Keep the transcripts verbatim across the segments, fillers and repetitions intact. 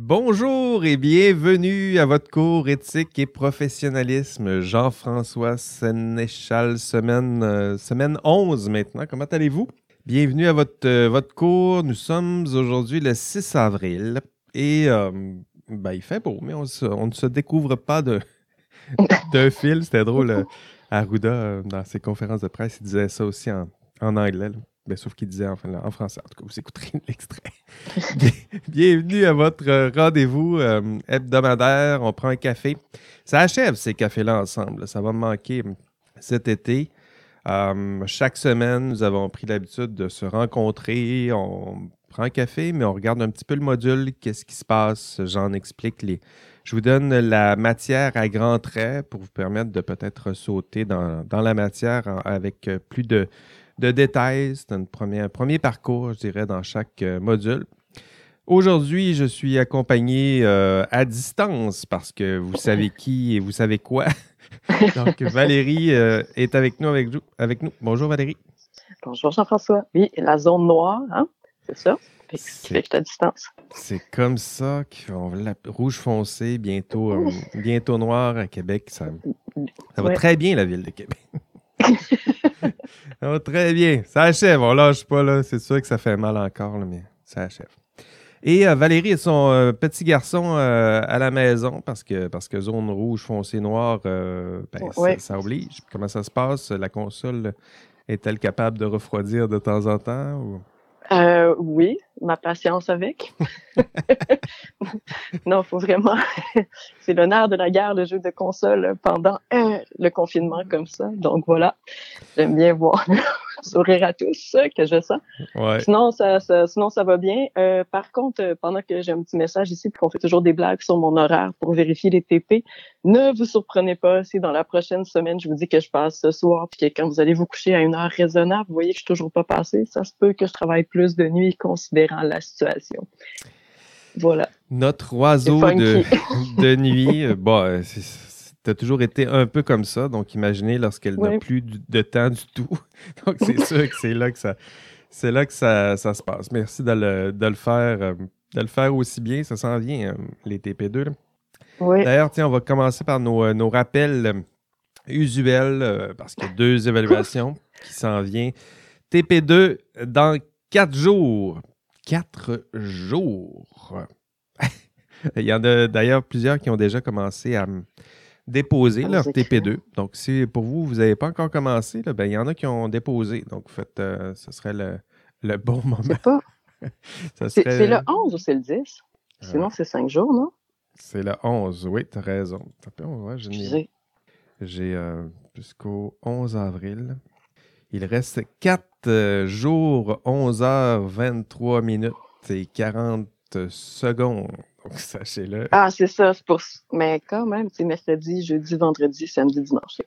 Bonjour et bienvenue à votre cours éthique et professionnalisme. Jean-François Sénéchal, semaine, euh, semaine onze maintenant. Comment allez-vous? Bienvenue à votre, euh, votre cours. Nous sommes aujourd'hui le six avril et euh, ben, il fait beau, mais on, se, on ne se découvre pas de, d'un fil. C'était drôle. euh, Arruda, euh, dans ses conférences de presse, il disait ça aussi en, en anglais. Là. Ben, sauf qu'il disait en, en français. En tout cas, vous écouterez l'extrait. Bienvenue à votre euh, rendez-vous euh, hebdomadaire. On prend un café. Ça achève ces cafés-là ensemble. Ça va me manquer cet été. Euh, chaque semaine, nous avons pris l'habitude de se rencontrer. On prend un café, mais on regarde un petit peu le module. Qu'est-ce qui se passe? J'en explique les... Je vous donne la matière à grands traits pour vous permettre de peut-être sauter dans, dans la matière en, avec plus de, de détails. C'est un premier, premier parcours, je dirais, dans chaque euh, module. Aujourd'hui, je suis accompagné euh, à distance parce que vous savez qui et vous savez quoi. Donc, Valérie euh, est avec nous, avec, avec nous. Bonjour, Valérie. Bonjour, Jean-François. Oui, la zone noire, hein? C'est ça? Fait que, qui fait que je suis à distance. C'est comme ça qu'on la rouge foncé, bientôt, euh, bientôt noir à Québec. Ça, ça va ouais. très bien, la ville de Québec. Ça va très bien. Ça achève. On lâche pas, là. C'est sûr que ça fait mal encore, là, mais ça achève. Et euh, Valérie et son euh, petit garçon euh, à la maison, parce que, parce que zone rouge, foncé, noir, euh, ben, ouais. ça, ça oblige. Comment ça se passe? La console est-elle capable de refroidir de temps en temps? Ou... Euh, oui, ma patience avec. Non, il faut vraiment... C'est le nerf de la guerre, le jeu de console, pendant euh, le confinement comme ça. Donc voilà, j'aime bien voir le sourire à tous que je sens. Ouais. Sinon, ça, ça, sinon, ça va bien. Euh, par contre, pendant que j'ai un petit message ici puis qu'on fait toujours des blagues sur mon horaire pour vérifier les T P, ne vous surprenez pas si dans la prochaine semaine, je vous dis que je passe ce soir puis que quand vous allez vous coucher à une heure raisonnable, vous voyez que je suis toujours pas passée. Ça se peut que je travaille plus de nuit considérant la situation. Voilà. Notre oiseau de, de nuit, bon, tu as toujours été un peu comme ça, donc imaginez lorsqu'elle oui. n'a plus de temps du tout. Donc c'est sûr que c'est là que ça, c'est là que ça, ça se passe. Merci de le, de le faire, de le faire aussi bien. Ça s'en vient, les T P deux. Là. Oui. D'ailleurs, tiens, on va commencer par nos, nos rappels usuels, parce qu'il y a deux évaluations qui s'en viennent. T P deux dans quatre jours. Quatre jours. Il y en a d'ailleurs plusieurs qui ont déjà commencé à déposer leur T P deux. Donc, si pour vous, vous n'avez pas encore commencé, là, ben, il y en a qui ont déposé. Donc, faites, euh, ce serait le, le bon moment. C'est pas. ça serait... serait... C'est le onze ou c'est le dix? Sinon, euh... c'est cinq jours, non? C'est le onze, oui, tu as raison. Ouais, j'ai j'ai euh, jusqu'au onze avril. Il reste quatre euh, jours, onze heures, vingt-trois minutes et quarante secondes. Donc, sachez-le. Ah, c'est ça. C'est pour... Mais quand même, c'est mercredi, jeudi, vendredi, samedi, dimanche.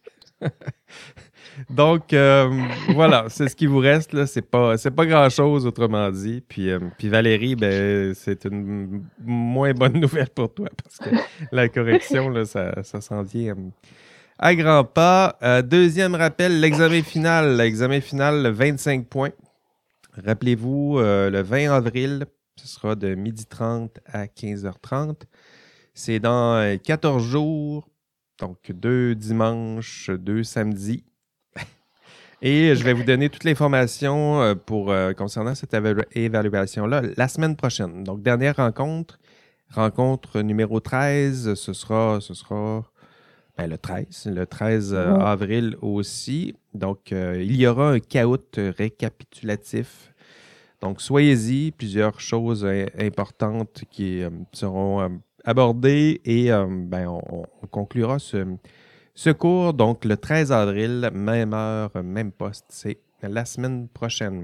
Donc, euh, voilà, c'est ce qui vous reste. Là. C'est pas, c'est pas grand-chose, autrement dit. Puis, euh, puis Valérie, ben, c'est une moins bonne nouvelle pour toi parce que la correction, là, ça, ça s'en vient euh, à grands pas. Euh, deuxième rappel, l'examen final. L'examen final, vingt-cinq points. Rappelez-vous, euh, le vingt avril, ce sera de midi trente à quinze heures trente. C'est dans euh, quatorze jours, donc deux dimanches, deux samedis. Et je vais vous donner toute l'information euh, pour, euh, concernant cette évalu- évaluation-là la semaine prochaine. Donc, dernière rencontre, rencontre numéro treize, ce sera, ce sera ben, le treize, le treize euh, Ouais. avril aussi. Donc, euh, il y aura un caout récapitulatif. Donc, soyez-y, plusieurs choses euh, importantes qui euh, seront euh, abordées et euh, ben, on, on conclura ce, ce cours, donc le treize avril, même heure, même poste, c'est la semaine prochaine.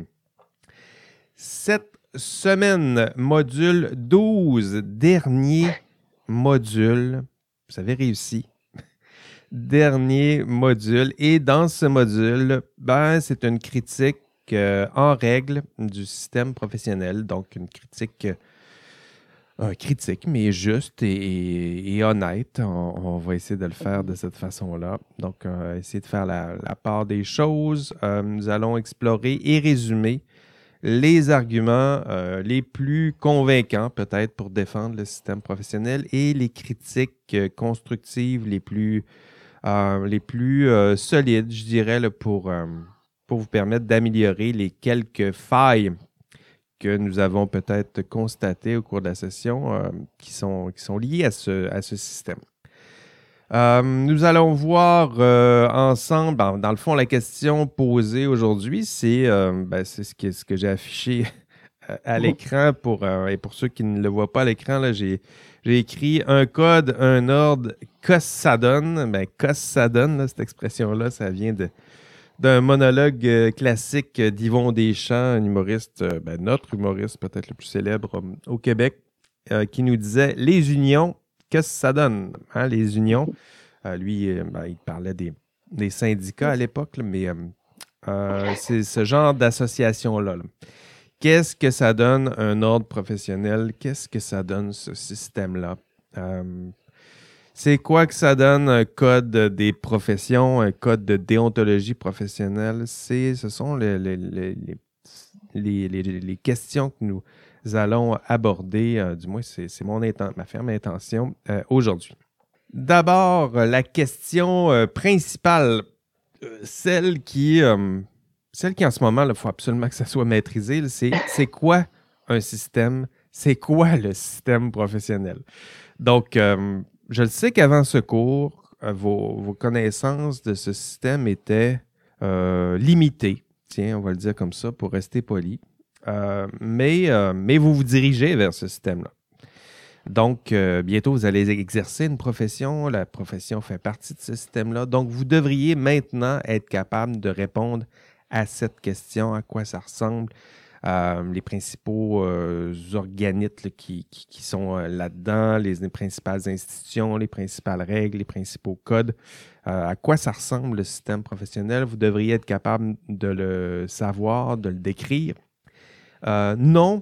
Cette semaine, module douze, dernier module, vous avez réussi. Dernier module. Et dans ce module, ben, c'est une critique euh, en règle du système professionnel. Donc, une critique euh, critique, mais juste et, et, et honnête. On, on va essayer de le faire de cette façon-là. Donc, euh, essayer de faire la, la part des choses. Euh, nous allons explorer et résumer les arguments euh, les plus convaincants, peut-être, pour défendre le système professionnel et les critiques euh, constructives les plus, euh, les plus euh, solides, je dirais, là, pour, euh, pour vous permettre d'améliorer les quelques failles que nous avons peut-être constatées au cours de la session euh, qui, sont, qui sont liées à ce, à ce système. Euh, nous allons voir euh, ensemble, dans, dans le fond, la question posée aujourd'hui, c'est euh, ben, c'est ce que, ce que j'ai affiché à l'écran pour, euh, et pour ceux qui ne le voient pas à l'écran, là, j'ai, j'ai écrit un code, un ordre, qu'est-ce que ça donne? Ben, qu'est-ce que ça donne, là, cette expression-là, ça vient de, d'un monologue euh, classique d'Yvon Deschamps, un humoriste, euh, ben, notre humoriste peut-être le plus célèbre euh, au Québec, euh, qui nous disait « Les unions, qu'est-ce que ça donne? Hein, les unions. Euh, lui, euh, ben, il parlait des, des syndicats à l'époque, là, mais euh, euh, c'est ce genre d'association-là. Là. Qu'est-ce que ça donne un ordre professionnel? Qu'est-ce que ça donne ce système-là? Euh, c'est quoi que ça donne un code des professions, un code de déontologie professionnelle? C'est, ce sont les, les, les, les, les, les questions que nous allons aborder, euh, du moins c'est, c'est mon inten- ma ferme intention euh, aujourd'hui. D'abord, la question euh, principale, euh, celle qui, euh, celle qui en ce moment, il faut absolument que ça soit maîtrisé, là, c'est, c'est quoi un système? C'est quoi le système professionnel? Donc, euh, je le sais qu'avant ce cours, euh, vos, vos connaissances de ce système étaient euh, limitées. Tiens, on va le dire comme ça pour rester poli. Euh, mais, euh, mais vous vous dirigez vers ce système-là. Donc, euh, bientôt, vous allez exercer une profession. La profession fait partie de ce système-là. Donc, vous devriez maintenant être capable de répondre à cette question, à quoi ça ressemble, euh, les principaux euh, organismes là, qui, qui, qui sont euh, là-dedans, les, les principales institutions, les principales règles, les principaux codes. Euh, à quoi ça ressemble le système professionnel? Vous devriez être capable de le savoir, de le décrire. Euh, non,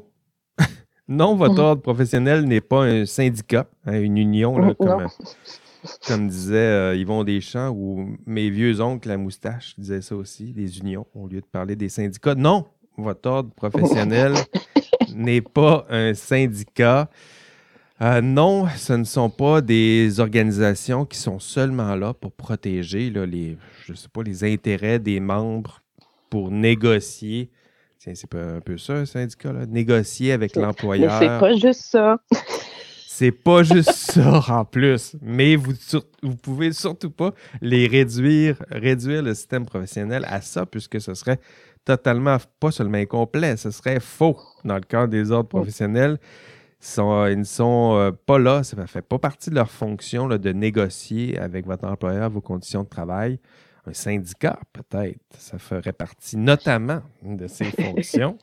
non, votre ordre professionnel n'est pas un syndicat, hein, une union, là, comme, euh, comme disait euh, Yvon Deschamps, ou mes vieux oncles à moustache disaient ça aussi, des unions, au lieu de parler des syndicats. Non, votre ordre professionnel n'est pas un syndicat. Euh, non, ce ne sont pas des organisations qui sont seulement là pour protéger là, les, je sais pas, les intérêts des membres, pour négocier. Tiens, c'est pas un peu ça, un syndicat, là? Négocier avec C'est, l'employeur. Mais c'est pas juste ça. C'est pas juste ça en plus, mais vous sur, vous pouvez surtout pas les réduire, réduire le système professionnel à ça, puisque ce serait totalement, pas seulement incomplet, ce serait faux dans le cadre des ordres professionnels. Ils, sont, ils ne sont euh, pas là, ça ne fait pas partie de leur fonction là, de négocier avec votre employeur vos conditions de travail. Un syndicat, peut-être, ça ferait partie notamment de ses fonctions,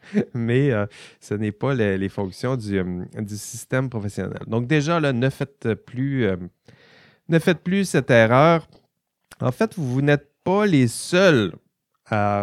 mais euh, ce n'est pas les, les fonctions du, euh, du système professionnel. Donc déjà, là, ne faites plus, euh, ne faites plus cette erreur. En fait, vous, vous n'êtes pas les seuls à,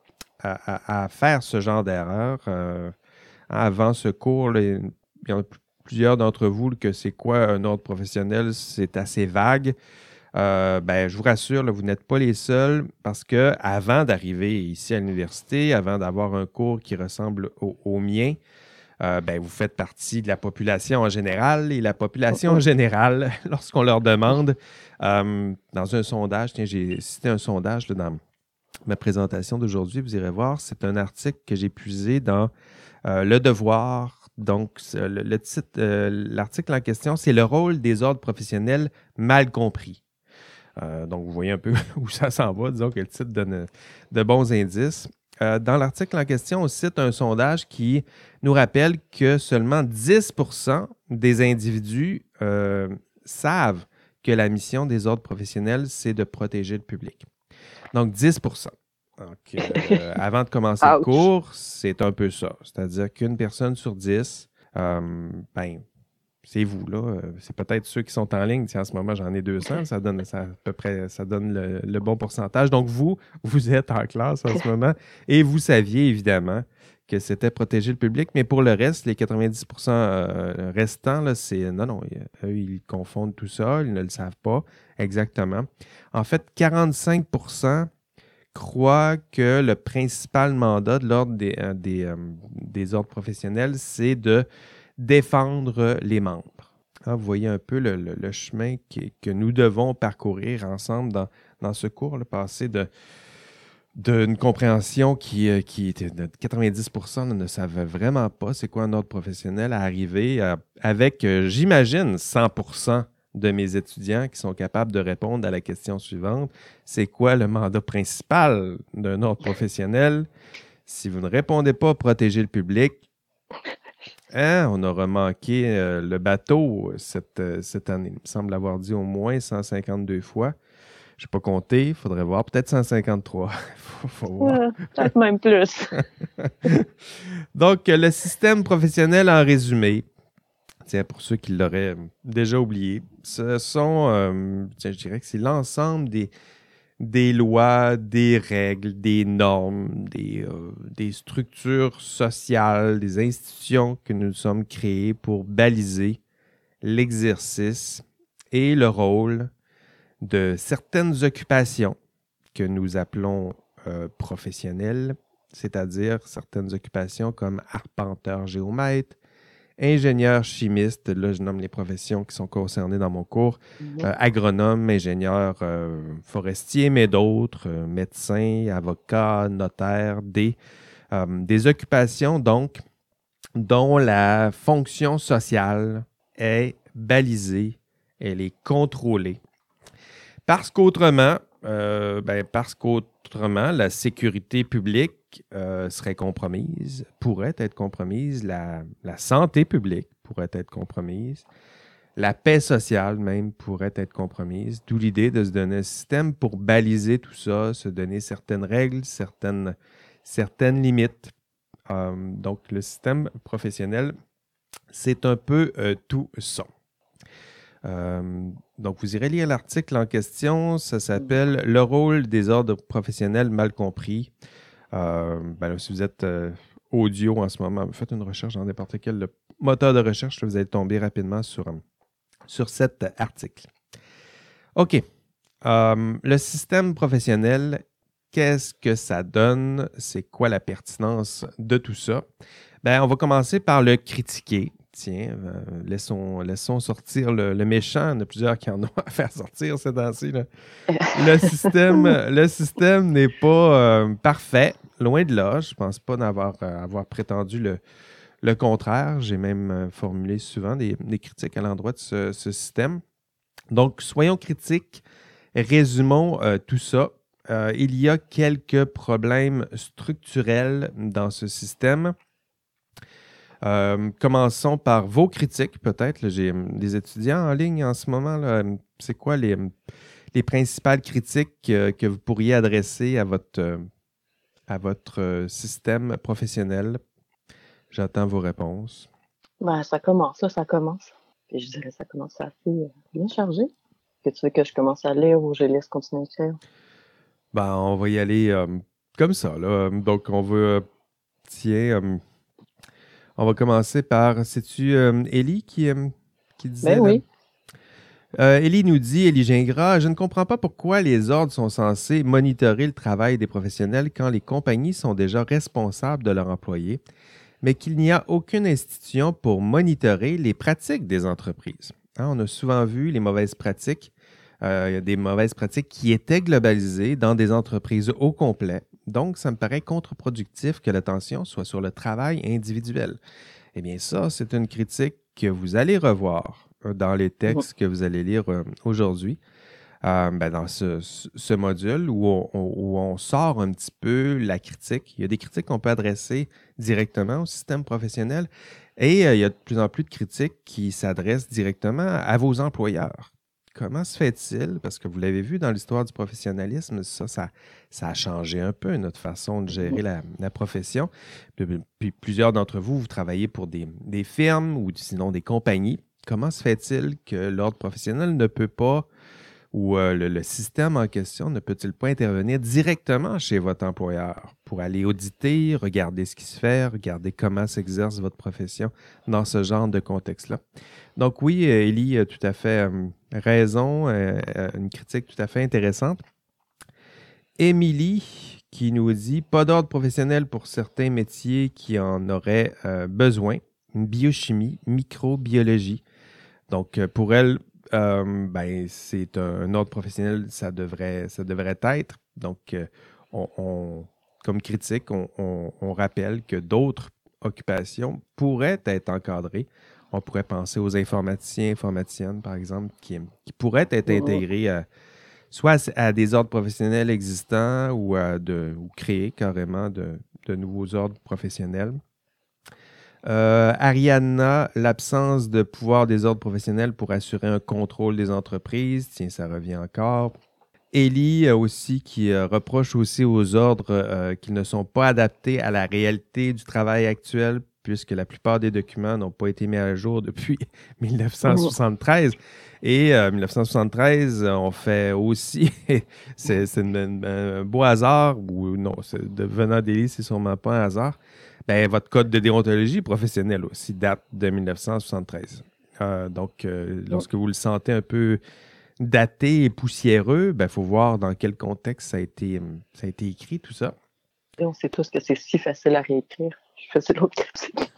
à, à faire ce genre d'erreur. Euh, avant ce cours, là, il y en a plusieurs d'entre vous que c'est quoi un ordre professionnel, c'est assez vague. Euh, ben, je vous rassure, là, vous n'êtes pas les seuls parce que avant d'arriver ici à l'université, avant d'avoir un cours qui ressemble au, au mien, euh, ben, vous faites partie de la population en général. Et la population en général, lorsqu'on leur demande, euh, dans un sondage, tiens, j'ai cité un sondage là, dans ma présentation d'aujourd'hui, vous irez voir, c'est un article que j'ai puisé dans euh, Le Devoir. Donc, le, le titre, euh, l'article en question, c'est « Le rôle des ordres professionnels mal compris ». Euh, donc, vous voyez un peu où ça s'en va. Disons que le titre donne de bons indices. Euh, dans l'article en question, on cite un sondage qui nous rappelle que seulement dix pour cent des individus euh, savent que la mission des ordres professionnels, c'est de protéger le public. Donc, dix pour cent. Donc, euh, avant de commencer le cours, c'est un peu ça. C'est-à-dire qu'une personne sur dix, euh, ben, c'est vous, là. C'est peut-être ceux qui sont en ligne. Si en ce moment, j'en ai deux cents, ça donne ça, à peu près ça donne le, le bon pourcentage. Donc, vous, vous êtes en classe en ce moment et vous saviez évidemment que c'était protéger le public. Mais pour le reste, les quatre-vingt-dix pour cent euh, restants, là, c'est non, non, eux, ils confondent tout ça, ils ne le savent pas exactement. En fait, quarante-cinq pour cent croit que le principal mandat de l'ordre des, euh, des, euh, des ordres professionnels, c'est de défendre les membres. Ah, vous voyez un peu le, le, le chemin qui, que nous devons parcourir ensemble dans, dans ce cours, là, passer de, d'une compréhension qui, euh, qui était de quatre-vingt-dix pour cent là, ne savait vraiment pas c'est quoi un ordre professionnel, à arriver à, avec, euh, j'imagine, cent pour cent de mes étudiants qui sont capables de répondre à la question suivante. C'est quoi le mandat principal d'un ordre professionnel? Si vous ne répondez pas, protéger le public, hein, on aura manqué euh, le bateau cette, euh, cette année. Il me semble l'avoir dit au moins cent cinquante-deux fois. Je n'ai pas compté, il faudrait voir. Peut-être cent cinquante-trois. faut, faut voir. Ouais, peut-être même plus. Donc, le système professionnel en résumé, tiens, pour ceux qui l'auraient déjà oublié, ce sont, euh, tiens, je dirais que c'est l'ensemble des, des lois, des règles, des normes, des, euh, des structures sociales, des institutions que nous sommes créées pour baliser l'exercice et le rôle de certaines occupations que nous appelons euh, professionnelles, c'est-à-dire certaines occupations comme arpenteur géomètre, ingénieur chimiste, là je nomme les professions qui sont concernées dans mon cours, mmh. euh, agronome, ingénieur euh, forestier, mais d'autres, euh, médecins, avocats, notaires, des, euh, des occupations donc dont la fonction sociale est balisée, elle est contrôlée. Parce qu'autrement, euh, ben parce qu'autrement, la sécurité publique euh, serait compromise, pourrait être compromise, la, la santé publique pourrait être compromise, la paix sociale même pourrait être compromise, d'où l'idée de se donner un système pour baliser tout ça, se donner certaines règles, certaines, certaines limites. Euh, donc, le système professionnel, c'est un peu euh, tout ça. Euh, donc, vous irez lire l'article en question. Ça s'appelle « Le rôle des ordres professionnels mal compris ». Euh, ben là, si vous êtes euh, audio en ce moment, faites une recherche dans n'importe quel moteur de recherche, là, vous allez tomber rapidement sur, sur cet article. OK. Euh, le système professionnel, qu'est-ce que ça donne? C'est quoi la pertinence de tout ça? Ben, on va commencer par le critiquer. Tiens, euh, laissons, laissons sortir le, le méchant. Il y en a plusieurs qui en ont à faire sortir ces temps-ci. Là. Le système, le système n'est pas euh, parfait, loin de là. Je ne pense pas d'avoir euh, avoir prétendu le, le contraire. J'ai même euh, formulé souvent des, des critiques à l'endroit de ce, ce système. Donc, soyons critiques, résumons euh, tout ça. Euh, il y a quelques problèmes structurels dans ce système. Euh, commençons par vos critiques, peut-être. Là, j'ai des étudiants en ligne en ce moment. Là. C'est quoi les, les principales critiques que, que vous pourriez adresser à votre, à votre système professionnel? J'attends vos réponses. Ben, ça commence, là, ça commence. Puis je dirais ça commence assez bien chargé. Que tu veux que je commence à lire ou je laisse continuer à écrire? Ben, on va y aller euh, comme ça. Là. Donc, on va... Euh, tiens... Euh, On va commencer par, c'est-tu euh, Élie qui, euh, qui disait? Ben oui. Euh, Élie nous dit, Élie Gingras, je ne comprends pas pourquoi les ordres sont censés monitorer le travail des professionnels quand les compagnies sont déjà responsables de leurs employés, mais qu'il n'y a aucune institution pour monitorer les pratiques des entreprises. Hein, on a souvent vu les mauvaises pratiques, euh, des mauvaises pratiques qui étaient globalisées dans des entreprises au complet. Donc, ça me paraît contre-productif que l'attention soit sur le travail individuel. Eh bien, ça, c'est une critique que vous allez revoir dans les textes que vous allez lire euh, aujourd'hui, euh, ben dans ce, ce module où on, où on sort un petit peu la critique. Il y a des critiques qu'on peut adresser directement au système professionnel et euh, il y a de plus en plus de critiques qui s'adressent directement à vos employeurs. Comment se fait-il? Parce que vous l'avez vu dans l'histoire du professionnalisme, ça, ça, ça a changé un peu notre façon de gérer la, la profession. Puis, puis plusieurs d'entre vous, vous travaillez pour des, des firmes ou sinon des compagnies. Comment se fait-il que l'ordre professionnel ne peut pas, ou euh, le, le système en question ne peut-il pas intervenir directement chez votre employeur pour aller auditer, regarder ce qui se fait, regarder comment s'exerce votre profession dans ce genre de contexte-là? Donc oui, Élie a tout à fait euh, raison, euh, une critique tout à fait intéressante. Émilie qui nous dit « Pas d'ordre professionnel pour certains métiers qui en auraient euh, besoin. Biochimie, microbiologie. » Donc, euh, pour elle, euh, ben, c'est un, un ordre professionnel, ça devrait, ça devrait être. Donc, euh, on, on, comme critique, on, on, on rappelle que d'autres occupations pourraient être encadrées. On pourrait penser aux informaticiens, informaticiennes, par exemple, qui, qui pourraient être intégrés à, soit à des ordres professionnels existants ou, à de, ou créer carrément de, de nouveaux ordres professionnels. Euh, Ariana, l'absence de pouvoir des ordres professionnels pour assurer un contrôle des entreprises. Tiens, ça revient encore. Élie aussi qui euh, reproche aussi aux ordres euh, qu'ils ne sont pas adaptés à la réalité du travail actuel puisque la plupart des documents n'ont pas été mis à jour depuis dix-neuf cent soixante-treize. Et euh, dix-neuf cent soixante-treize, on fait aussi, c'est, c'est une, une, un beau hasard, ou non, c'est, de, venant d'Élie, c'est sûrement pas un hasard. Ben, votre code de déontologie professionnelle aussi date de dix-neuf cent soixante-treize. Euh, donc, euh, lorsque vous le sentez un peu daté et poussiéreux, il ben, faut voir dans quel contexte ça a été, ça a été écrit, tout ça. Et on sait tous que c'est si facile à réécrire. Je faisais l'autre critique.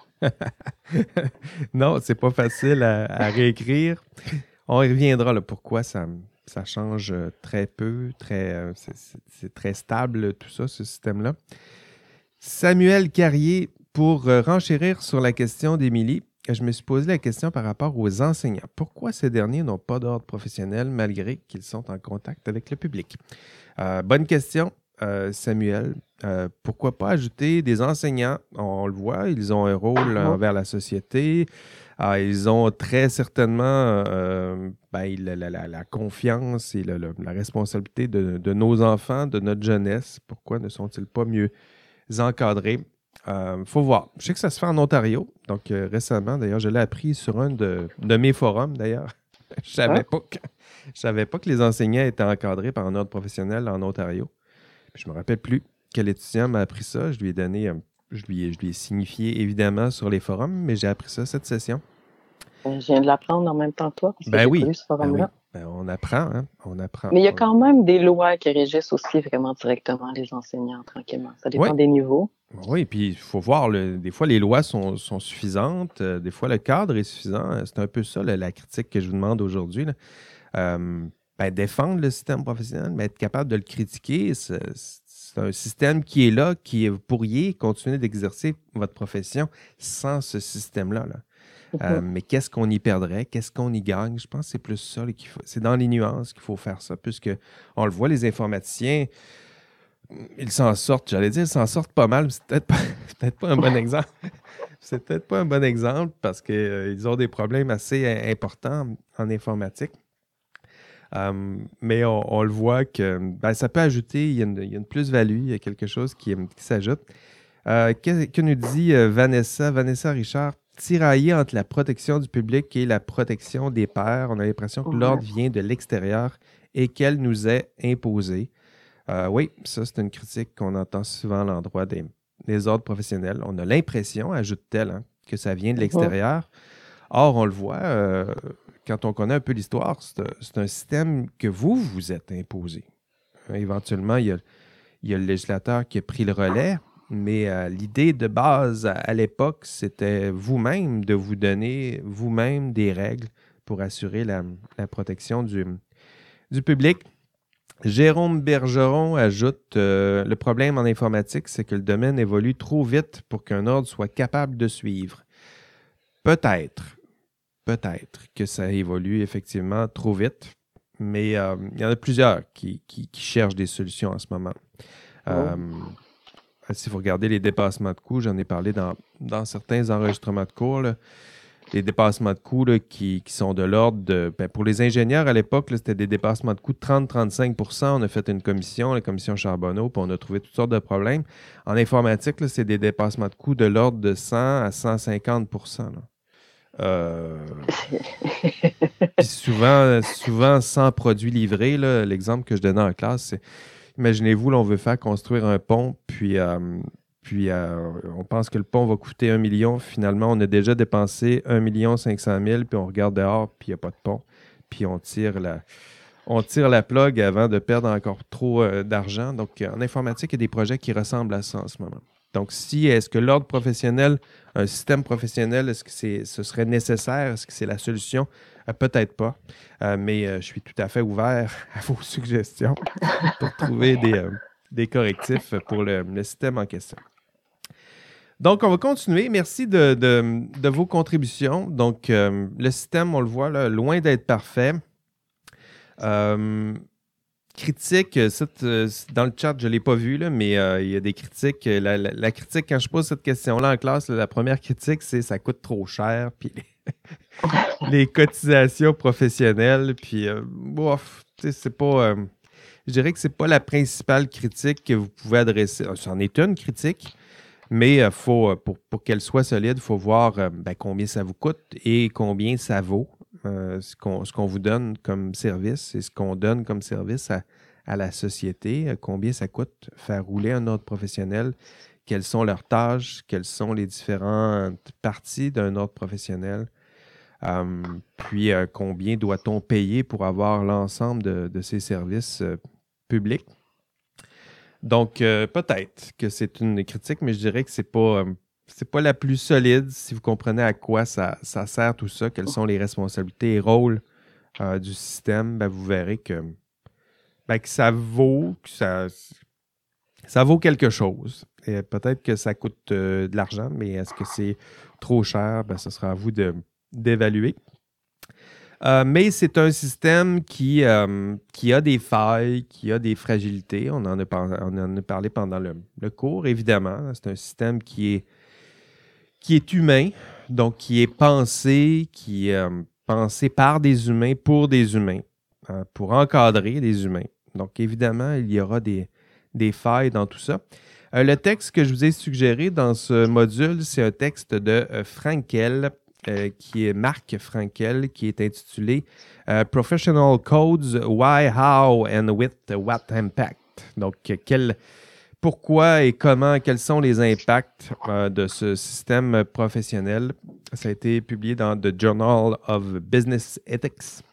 Non, c'est pas facile à, à réécrire. On y reviendra là, pourquoi ça, ça change très peu, très, c'est, c'est, c'est très stable tout ça, ce système-là. Samuel Carrier, pour renchérir sur la question d'Émilie, je me suis posé la question par rapport aux enseignants. Pourquoi ces derniers n'ont pas d'ordre professionnel malgré qu'ils sont en contact avec le public? Euh, bonne question, euh, Samuel. Euh, pourquoi pas ajouter des enseignants? On, on le voit, ils ont un rôle envers la société. Euh, ils ont très certainement euh, ben, la, la, la, la confiance et la, la, la responsabilité de, de nos enfants, de notre jeunesse. Pourquoi ne sont-ils pas mieux encadrés? Il euh, faut voir. Je sais que ça se fait en Ontario. Donc, euh, récemment, d'ailleurs, je l'ai appris sur un de, de mes forums, d'ailleurs. Je ne savais, hein? savais pas que les enseignants étaient encadrés par un ordre professionnel en Ontario. Puis, je ne me rappelle plus quel étudiant m'a appris ça. Je lui ai donné, euh, je, lui ai, je lui ai signifié évidemment sur les forums, mais j'ai appris ça cette session. Je viens de l'apprendre en même temps que toi, parce que ben j'ai oui. pas lu ce forum-là. Ben oui. Ben, on apprend, hein? On apprend. Mais il y a on... quand même des lois qui régissent aussi vraiment directement les enseignants, tranquillement. Ça dépend oui. des niveaux. Oui, puis il faut voir, le, des fois, les lois sont, sont suffisantes, euh, des fois, le cadre est suffisant. C'est un peu ça, là, la critique que je vous demande aujourd'hui. Là. Euh, ben, défendre le système professionnel, mais être capable de le critiquer, c'est, c'est un système qui est là, qui vous pourriez continuer d'exercer votre profession sans ce système-là. Là. Euh, mais qu'est-ce qu'on y perdrait? Qu'est-ce qu'on y gagne? Je pense que c'est plus ça. Là, qu'il faut, c'est dans les nuances qu'il faut faire ça, puisque on le voit, les informaticiens, ils s'en sortent, j'allais dire, ils s'en sortent pas mal, mais c'est peut-être pas, c'est peut-être pas un bon exemple. C'est peut-être pas un bon exemple parce qu'ils euh, ont des problèmes assez euh, importants en, en informatique. Euh, mais on, on le voit que ben, ça peut ajouter, il y a une, il y a une plus-value, il y a quelque chose qui, qui s'ajoute. Euh, que, que nous dit euh, Vanessa, Vanessa Richard? Tirailler entre la protection du public et la protection des pairs. On a l'impression que ouais. l'ordre vient de l'extérieur et qu'elle nous est imposée. Euh, oui, ça, c'est une critique qu'on entend souvent à l'endroit des, des ordres professionnels. On a l'impression, ajoute-t-elle, hein, que ça vient de l'extérieur. Or, on le voit, euh, quand on connaît un peu l'histoire, c'est, c'est un système que vous, vous êtes imposé. Euh, éventuellement, il y, a, il y a le législateur qui a pris le relais, mais euh, l'idée de base, à, à l'époque, c'était vous-même de vous donner vous-même des règles pour assurer la, la protection du, du public. Jérôme Bergeron ajoute euh, « Le problème en informatique, c'est que le domaine évolue trop vite pour qu'un ordre soit capable de suivre. » Peut-être, peut-être que ça évolue effectivement trop vite, mais euh, il y en a plusieurs qui, qui, qui cherchent des solutions en ce moment. Euh, oh. Si vous regardez les dépassements de coûts, j'en ai parlé dans, dans certains enregistrements de cours, là. Les dépassements de coûts là, qui, qui sont de l'ordre de... Ben, pour les ingénieurs, à l'époque, là, c'était des dépassements de coûts de trente à trente-cinq pour cent. On a fait une commission, la commission Charbonneau, puis on a trouvé toutes sortes de problèmes. En informatique, là, c'est des dépassements de coûts de l'ordre de cent à cent cinquante pour cent. Là. Euh... puis souvent, souvent, sans produit livré, là, l'exemple que je donnais en classe, c'est... Imaginez-vous, là, on veut faire construire un pont, puis... Euh, Puis, euh, on pense que le pont va coûter un million. Finalement, on a déjà dépensé un million cinq cent mille, puis on regarde dehors, puis il n'y a pas de pont. Puis on tire la, on tire la plug avant de perdre encore trop euh, d'argent. Donc, en informatique, il y a des projets qui ressemblent à ça en ce moment. Donc, si est-ce que l'ordre professionnel, un système professionnel, est-ce que c'est, ce serait nécessaire? Est-ce que c'est la solution? Euh, peut-être pas. Euh, mais euh, je suis tout à fait ouvert à vos suggestions pour trouver des, euh, des correctifs pour le, le système en question. Donc, on va continuer. Merci de, de, de vos contributions. Donc, euh, le système, on le voit, là, loin d'être parfait. Euh, critique, cette, dans le chat, je ne l'ai pas vu, là, mais euh, il y a des critiques. La, la, la critique, quand je pose cette question-là en classe, là, la première critique, c'est ça coûte trop cher, puis les, les cotisations professionnelles, puis euh, bof, c'est pas... Euh, je dirais que c'est pas la principale critique que vous pouvez adresser. C'en est une critique, mais euh, faut, pour, pour qu'elle soit solide, il faut voir euh, ben, combien ça vous coûte et combien ça vaut. Euh, ce, qu'on, ce qu'on vous donne comme service et ce qu'on donne comme service à, à la société, euh, combien ça coûte faire rouler un ordre professionnel, quelles sont leurs tâches, quelles sont les différentes parties d'un ordre professionnel, euh, puis euh, combien doit-on payer pour avoir l'ensemble de, de ces services euh, publics. Donc, euh, peut-être que c'est une critique, mais je dirais que c'est pas... Euh, c'est pas la plus solide, si vous comprenez à quoi ça, ça sert tout ça, quelles sont les responsabilités et rôles euh, du système, ben vous verrez que, ben que ça vaut que ça, ça vaut quelque chose. Et peut-être que ça coûte euh, de l'argent, mais est-ce que c'est trop cher? Ben, ce sera à vous de, d'évaluer. Euh, mais c'est un système qui, euh, qui a des failles, qui a des fragilités. On en a, par, on en a parlé pendant le, le cours, évidemment. C'est un système qui est qui est humain, donc qui est pensé, qui est euh, pensé par des humains, pour des humains, euh, pour encadrer des humains. Donc, évidemment, il y aura des, des failles dans tout ça. Euh, le texte que je vous ai suggéré dans ce module, c'est un texte de euh, Frankel, euh, qui est Marc Frankel, qui est intitulé euh, « Professional Codes, Why, How and with What Impact ». Donc, quel... Pourquoi et comment, quels sont les impacts euh, de ce système professionnel? Ça a été publié dans The Journal of Business Ethics.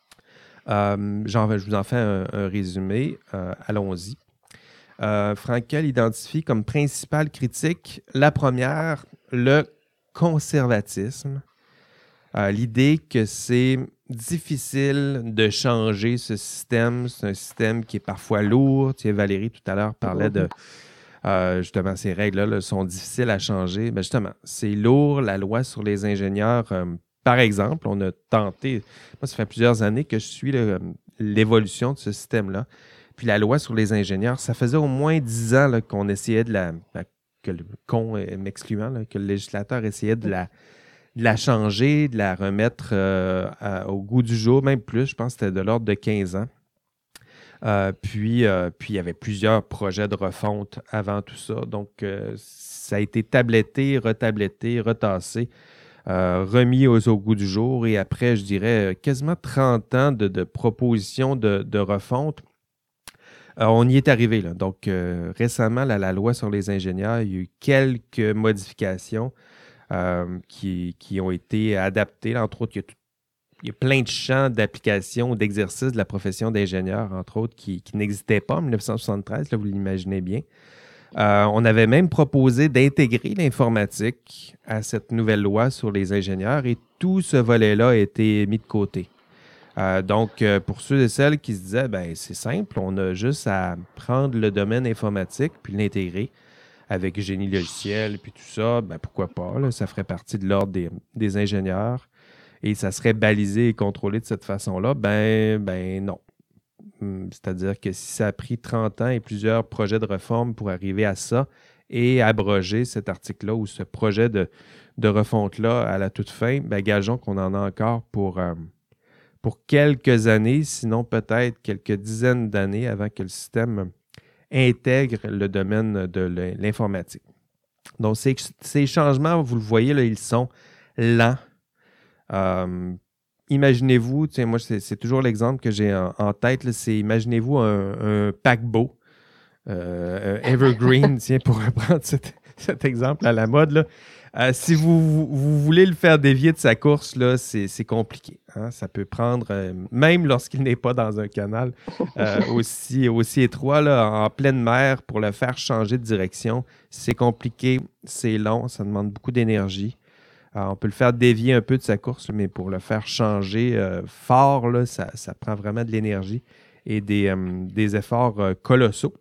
Euh, genre, je vous en fais un, un résumé. Euh, allons-y. Euh, Frankel identifie comme principale critique la première, le conservatisme. Euh, l'idée que c'est difficile de changer ce système. C'est un système qui est parfois lourd. Tu sais, Valérie, tout à l'heure, parlait de... Euh, justement, ces règles-là sont difficiles à changer. Mais justement, c'est lourd. La loi sur les ingénieurs, euh, par exemple, on a tenté... Moi, ça fait plusieurs années que je suis là, l'évolution de ce système-là. Puis la loi sur les ingénieurs, ça faisait au moins dix ans là, qu'on essayait de la... que le con m'excluant, là, que le législateur essayait de la... de la changer, de la remettre euh, à, au goût du jour, même plus, je pense que c'était de l'ordre de quinze ans. Euh, puis, euh, puis, il y avait plusieurs projets de refonte avant tout ça. Donc, euh, ça a été tabletté, retabletté, retassé, euh, remis aux, au goût du jour. Et après, je dirais, quasiment trente ans de, de propositions de, de refonte. Euh, on y est arrivé, là. Donc, euh, récemment, là, la loi sur les ingénieurs, il y a eu quelques modifications Euh, qui, qui ont été adaptés. Entre autres, il y a, tout, il y a plein de champs d'application, d'exercices de la profession d'ingénieur, entre autres, qui, qui n'existaient pas en dix-neuf cent soixante-treize, là, vous l'imaginez bien. Euh, on avait même proposé d'intégrer l'informatique à cette nouvelle loi sur les ingénieurs et tout ce volet-là a été mis de côté. Euh, donc, euh, pour ceux et celles qui se disaient, ben c'est simple, on a juste à prendre le domaine informatique puis l'intégrer avec génie logiciel, puis tout ça, ben pourquoi pas, là, ça ferait partie de l'ordre des, des ingénieurs et ça serait balisé et contrôlé de cette façon-là, ben, ben non. C'est-à-dire que si ça a pris trente ans et plusieurs projets de réforme pour arriver à ça et abroger cet article-là ou ce projet de, de refonte-là à la toute fin, ben gageons qu'on en a encore pour, euh, pour quelques années, sinon peut-être quelques dizaines d'années avant que le système intègre le domaine de l'informatique. Donc, ces, ces changements, vous le voyez, là, ils sont lents. Euh, imaginez-vous, tiens, moi, c'est, c'est toujours l'exemple que j'ai en, en tête, là, c'est imaginez-vous un, un paquebot, euh, un Evergreen, tiens, pour reprendre cette, cet exemple à la mode, là. Euh, si vous, vous, vous voulez le faire dévier de sa course, là, c'est, c'est compliqué. Hein? Ça peut prendre, euh, même lorsqu'il n'est pas dans un canal euh, aussi, aussi étroit, là, en pleine mer, pour le faire changer de direction, c'est compliqué, c'est long, ça demande beaucoup d'énergie. Alors, on peut le faire dévier un peu de sa course, mais pour le faire changer euh, fort, là, ça, ça prend vraiment de l'énergie et des, euh, des efforts euh, colossaux.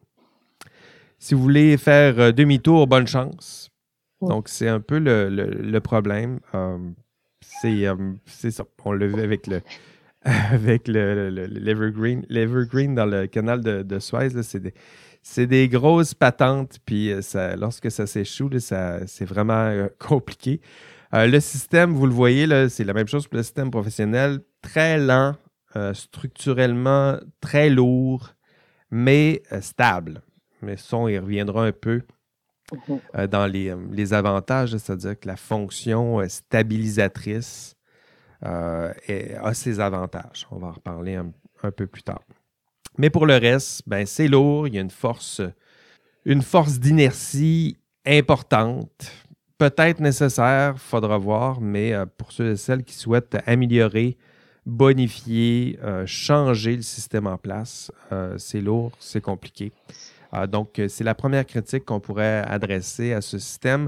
Si vous voulez faire euh, demi-tour, bonne chance. Donc, c'est un peu le, le, le problème. Euh, c'est, euh, c'est ça. On l'a vu avec le avec le, le, l'Evergreen. L'Evergreen dans le canal de, de Suez, là, c'est, des, c'est des grosses patentes. Puis, ça, lorsque ça s'échoue, là, ça, c'est vraiment euh, compliqué. Euh, le système, vous le voyez, là, c'est la même chose pour le système professionnel. Très lent, euh, structurellement très lourd, mais euh, stable. Mais ça, on y reviendra un peu. Euh, dans les, euh, les avantages, c'est-à-dire que la fonction euh, stabilisatrice euh, est, a ses avantages. On va en reparler un, un peu plus tard. Mais pour le reste, ben, c'est lourd, il y a une force, une force d'inertie importante, peut-être nécessaire, il faudra voir, mais euh, pour ceux et celles qui souhaitent améliorer, bonifier, euh, changer le système en place, euh, c'est lourd, c'est compliqué. Euh, donc, c'est la première critique qu'on pourrait adresser à ce système.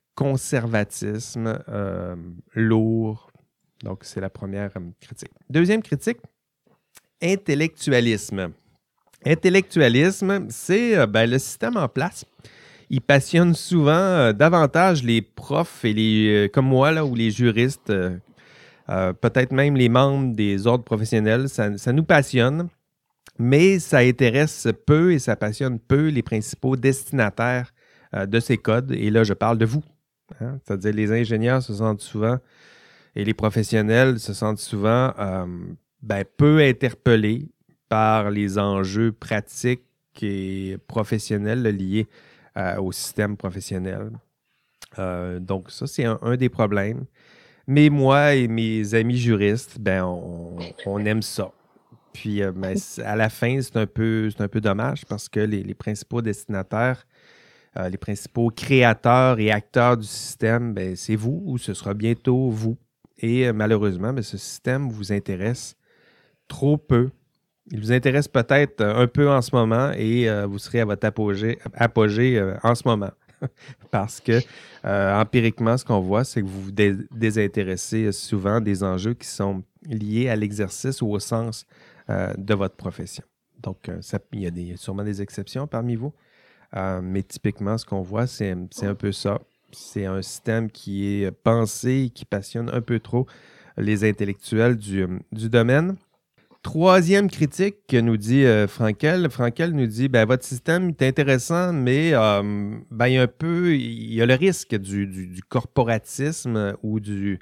Conservatisme, euh, lourd. Donc, c'est la première euh, critique. Deuxième critique, intellectualisme. Intellectualisme, c'est euh, ben, le système en place. Il passionne souvent euh, davantage les profs et les, euh, comme moi, là, ou les juristes, euh, euh, peut-être même les membres des ordres professionnels. Ça, ça nous passionne. Mais ça intéresse peu et ça passionne peu les principaux destinataires euh, de ces codes. Et là, je parle de vous. Hein? C'est-à-dire les ingénieurs se sentent souvent, et les professionnels se sentent souvent euh, ben, peu interpellés par les enjeux pratiques et professionnels là, liés euh, au système professionnel. Euh, donc ça, c'est un, un des problèmes. Mais moi et mes amis juristes, ben, on, on aime ça. Puis euh, ben, à la fin, c'est un peu, c'est un peu dommage parce que les, les principaux destinataires, euh, les principaux créateurs et acteurs du système, ben, c'est vous ou ce sera bientôt vous. Et euh, malheureusement, ben, ce système vous intéresse trop peu. Il vous intéresse peut-être un peu en ce moment et euh, vous serez à votre apogée, apogée euh, en ce moment. Parce que, euh, empiriquement, ce qu'on voit, c'est que vous vous dé- désintéressez souvent des enjeux qui sont liés à l'exercice ou au sens euh, de votre profession. Donc, euh, ça, il y a des, sûrement des exceptions parmi vous, euh, mais typiquement, ce qu'on voit, c'est, c'est un peu ça. C'est un système qui est pensé et qui passionne un peu trop les intellectuels du, du domaine. Troisième critique que nous dit euh, Frankel. Frankel nous dit ben, votre système est intéressant, mais euh, ben, il y a un peu, il y a le risque du, du, du corporatisme ou du,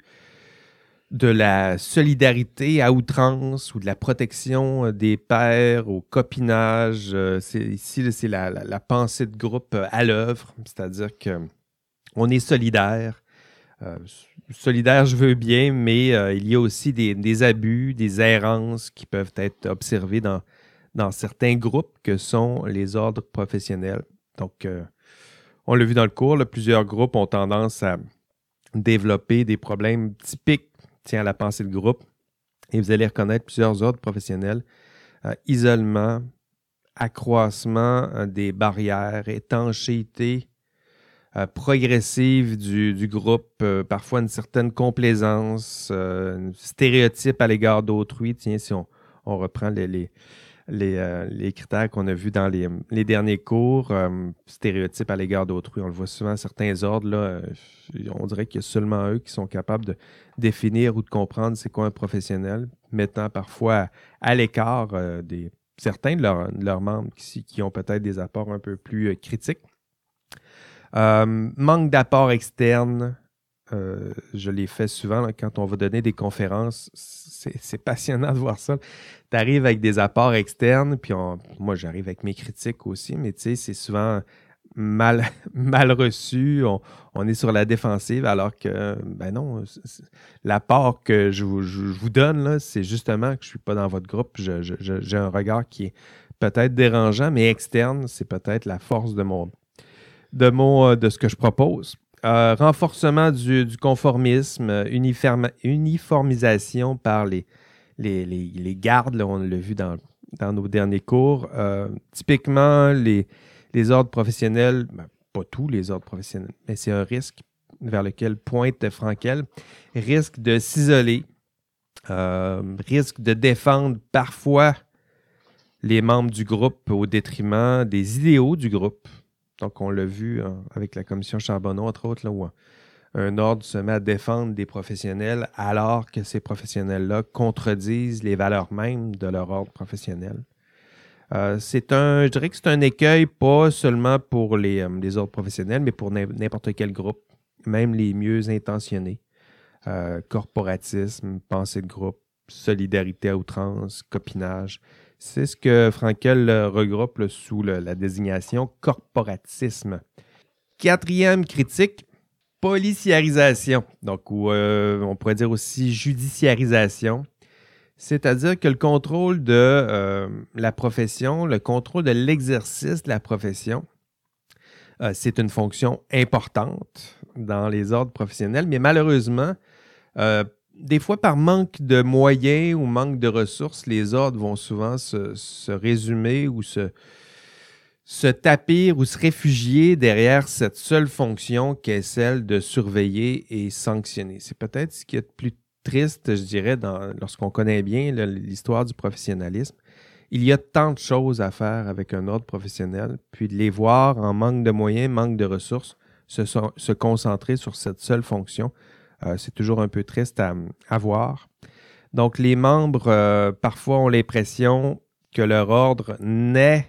de la solidarité à outrance ou de la protection des pairs au copinage. Euh, c'est, ici, c'est la, la, la pensée de groupe à l'œuvre, c'est-à-dire qu'on est solidaire. Euh, solidaire, je veux bien, mais euh, il y a aussi des, des abus, des errances qui peuvent être observées dans, dans certains groupes que sont les ordres professionnels. Donc, euh, on l'a vu dans le cours, là, plusieurs groupes ont tendance à développer des problèmes typiques tiens, à la pensée de groupe. Et vous allez reconnaître plusieurs ordres professionnels. Euh, isolement, accroissement euh, des barrières, étanchéité Euh, progressive du, du groupe, euh, parfois une certaine complaisance, euh, un stéréotype à l'égard d'autrui. Tiens, si on, on reprend les, les, les, euh, les critères qu'on a vus dans les, les derniers cours, euh, stéréotype à l'égard d'autrui, on le voit souvent, certains ordres, là, euh, on dirait qu'il y a seulement eux qui sont capables de définir ou de comprendre c'est quoi un professionnel, mettant parfois à, à l'écart euh, des, certains de, leur, de leurs membres qui, qui ont peut-être des apports un peu plus euh, critiques. Euh, manque d'apport externe, euh, je l'ai fait souvent là, quand on va donner des conférences, c'est, c'est passionnant de voir ça. Tu arrives avec des apports externes, puis on, moi j'arrive avec mes critiques aussi, mais tu sais, c'est souvent mal, mal reçu, on, on est sur la défensive, alors que, ben non, l'apport que je vous, je, je vous donne, là, c'est justement que je ne suis pas dans votre groupe, je, je, je, j'ai un regard qui est peut-être dérangeant, mais externe, c'est peut-être la force de mon de, mon, de ce que je propose. Euh, renforcement du, du conformisme, uniform, uniformisation par les, les, les, les gardes, là, on l'a vu dans, dans nos derniers cours. Euh, typiquement, les, les ordres professionnels, ben, pas tous les ordres professionnels, mais c'est un risque vers lequel pointe Frankel, risque de s'isoler, euh, risque de défendre parfois les membres du groupe au détriment des idéaux du groupe. Donc, on l'a vu hein, avec la commission Charbonneau, entre autres, là, où un, un ordre se met à défendre des professionnels alors que ces professionnels-là contredisent les valeurs mêmes de leur ordre professionnel. Euh, c'est un, je dirais que c'est un écueil pas seulement pour les, euh, les ordres professionnels, mais pour n'importe quel groupe, même les mieux intentionnés. Euh, corporatisme, pensée de groupe, solidarité à outrance, copinage. C'est ce que Frankel euh, regroupe là, sous le, la désignation corporatisme. Quatrième critique, policiarisation. Donc, ou, euh, on pourrait dire aussi judiciarisation. C'est-à-dire que le contrôle de euh, la profession, le contrôle de l'exercice de la profession, euh, c'est une fonction importante dans les ordres professionnels, mais malheureusement, euh, des fois par manque de moyens ou manque de ressources, les ordres vont souvent se, se résumer ou se, se tapir ou se réfugier derrière cette seule fonction qui est celle de surveiller et sanctionner. C'est peut-être ce qui est de plus triste, je dirais, dans, lorsqu'on connaît bien là, l'histoire du professionnalisme. Il y a tant de choses à faire avec un ordre professionnel, puis de les voir en manque de moyens, manque de ressources, se, se concentrer sur cette seule fonction, euh, c'est toujours un peu triste à, à voir. Donc, les membres, euh, parfois, ont l'impression que leur ordre n'est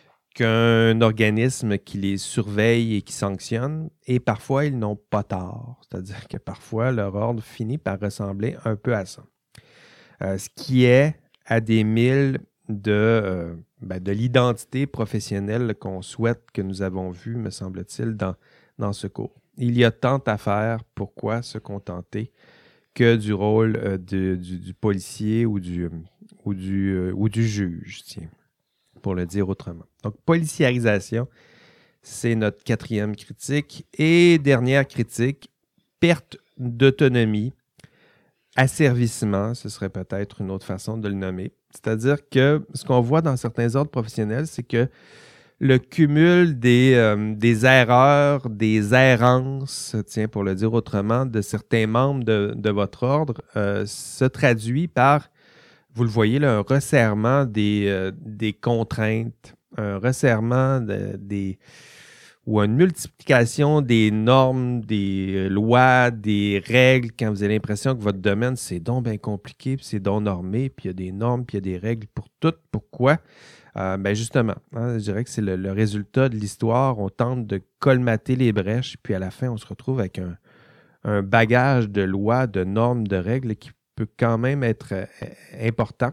qu'un organisme qui les surveille et qui sanctionne, et parfois, ils n'ont pas tort. C'est-à-dire que parfois, leur ordre finit par ressembler un peu à ça. Euh, ce qui est à des milles de, euh, ben, de l'identité professionnelle qu'on souhaite, que nous avons vu, me semble-t-il, dans, dans ce cours. Il y a tant à faire, pourquoi se contenter que du rôle euh, de, du, du policier ou du, ou du, euh, ou du juge, tiens, pour le dire autrement. Donc, policiarisation, c'est notre quatrième critique. Et dernière critique, perte d'autonomie, asservissement, ce serait peut-être une autre façon de le nommer. C'est-à-dire que ce qu'on voit dans certains ordres professionnels, c'est que le cumul des, euh, des erreurs, des errances, tiens, pour le dire autrement, de certains membres de, de votre ordre euh, se traduit par, vous le voyez, là, un resserrement des, euh, des contraintes, un resserrement de, des ou une multiplication des normes, des lois, des règles, quand vous avez l'impression que votre domaine, c'est donc bien compliqué, puis c'est donc normé, puis il y a des normes, puis il y a des règles pour tout. Pourquoi? Euh, ben justement, hein, je dirais que c'est le, le résultat de l'histoire. On tente de colmater les brèches, puis à la fin, on se retrouve avec un, un bagage de lois, de normes, de règles qui peut quand même être euh, important.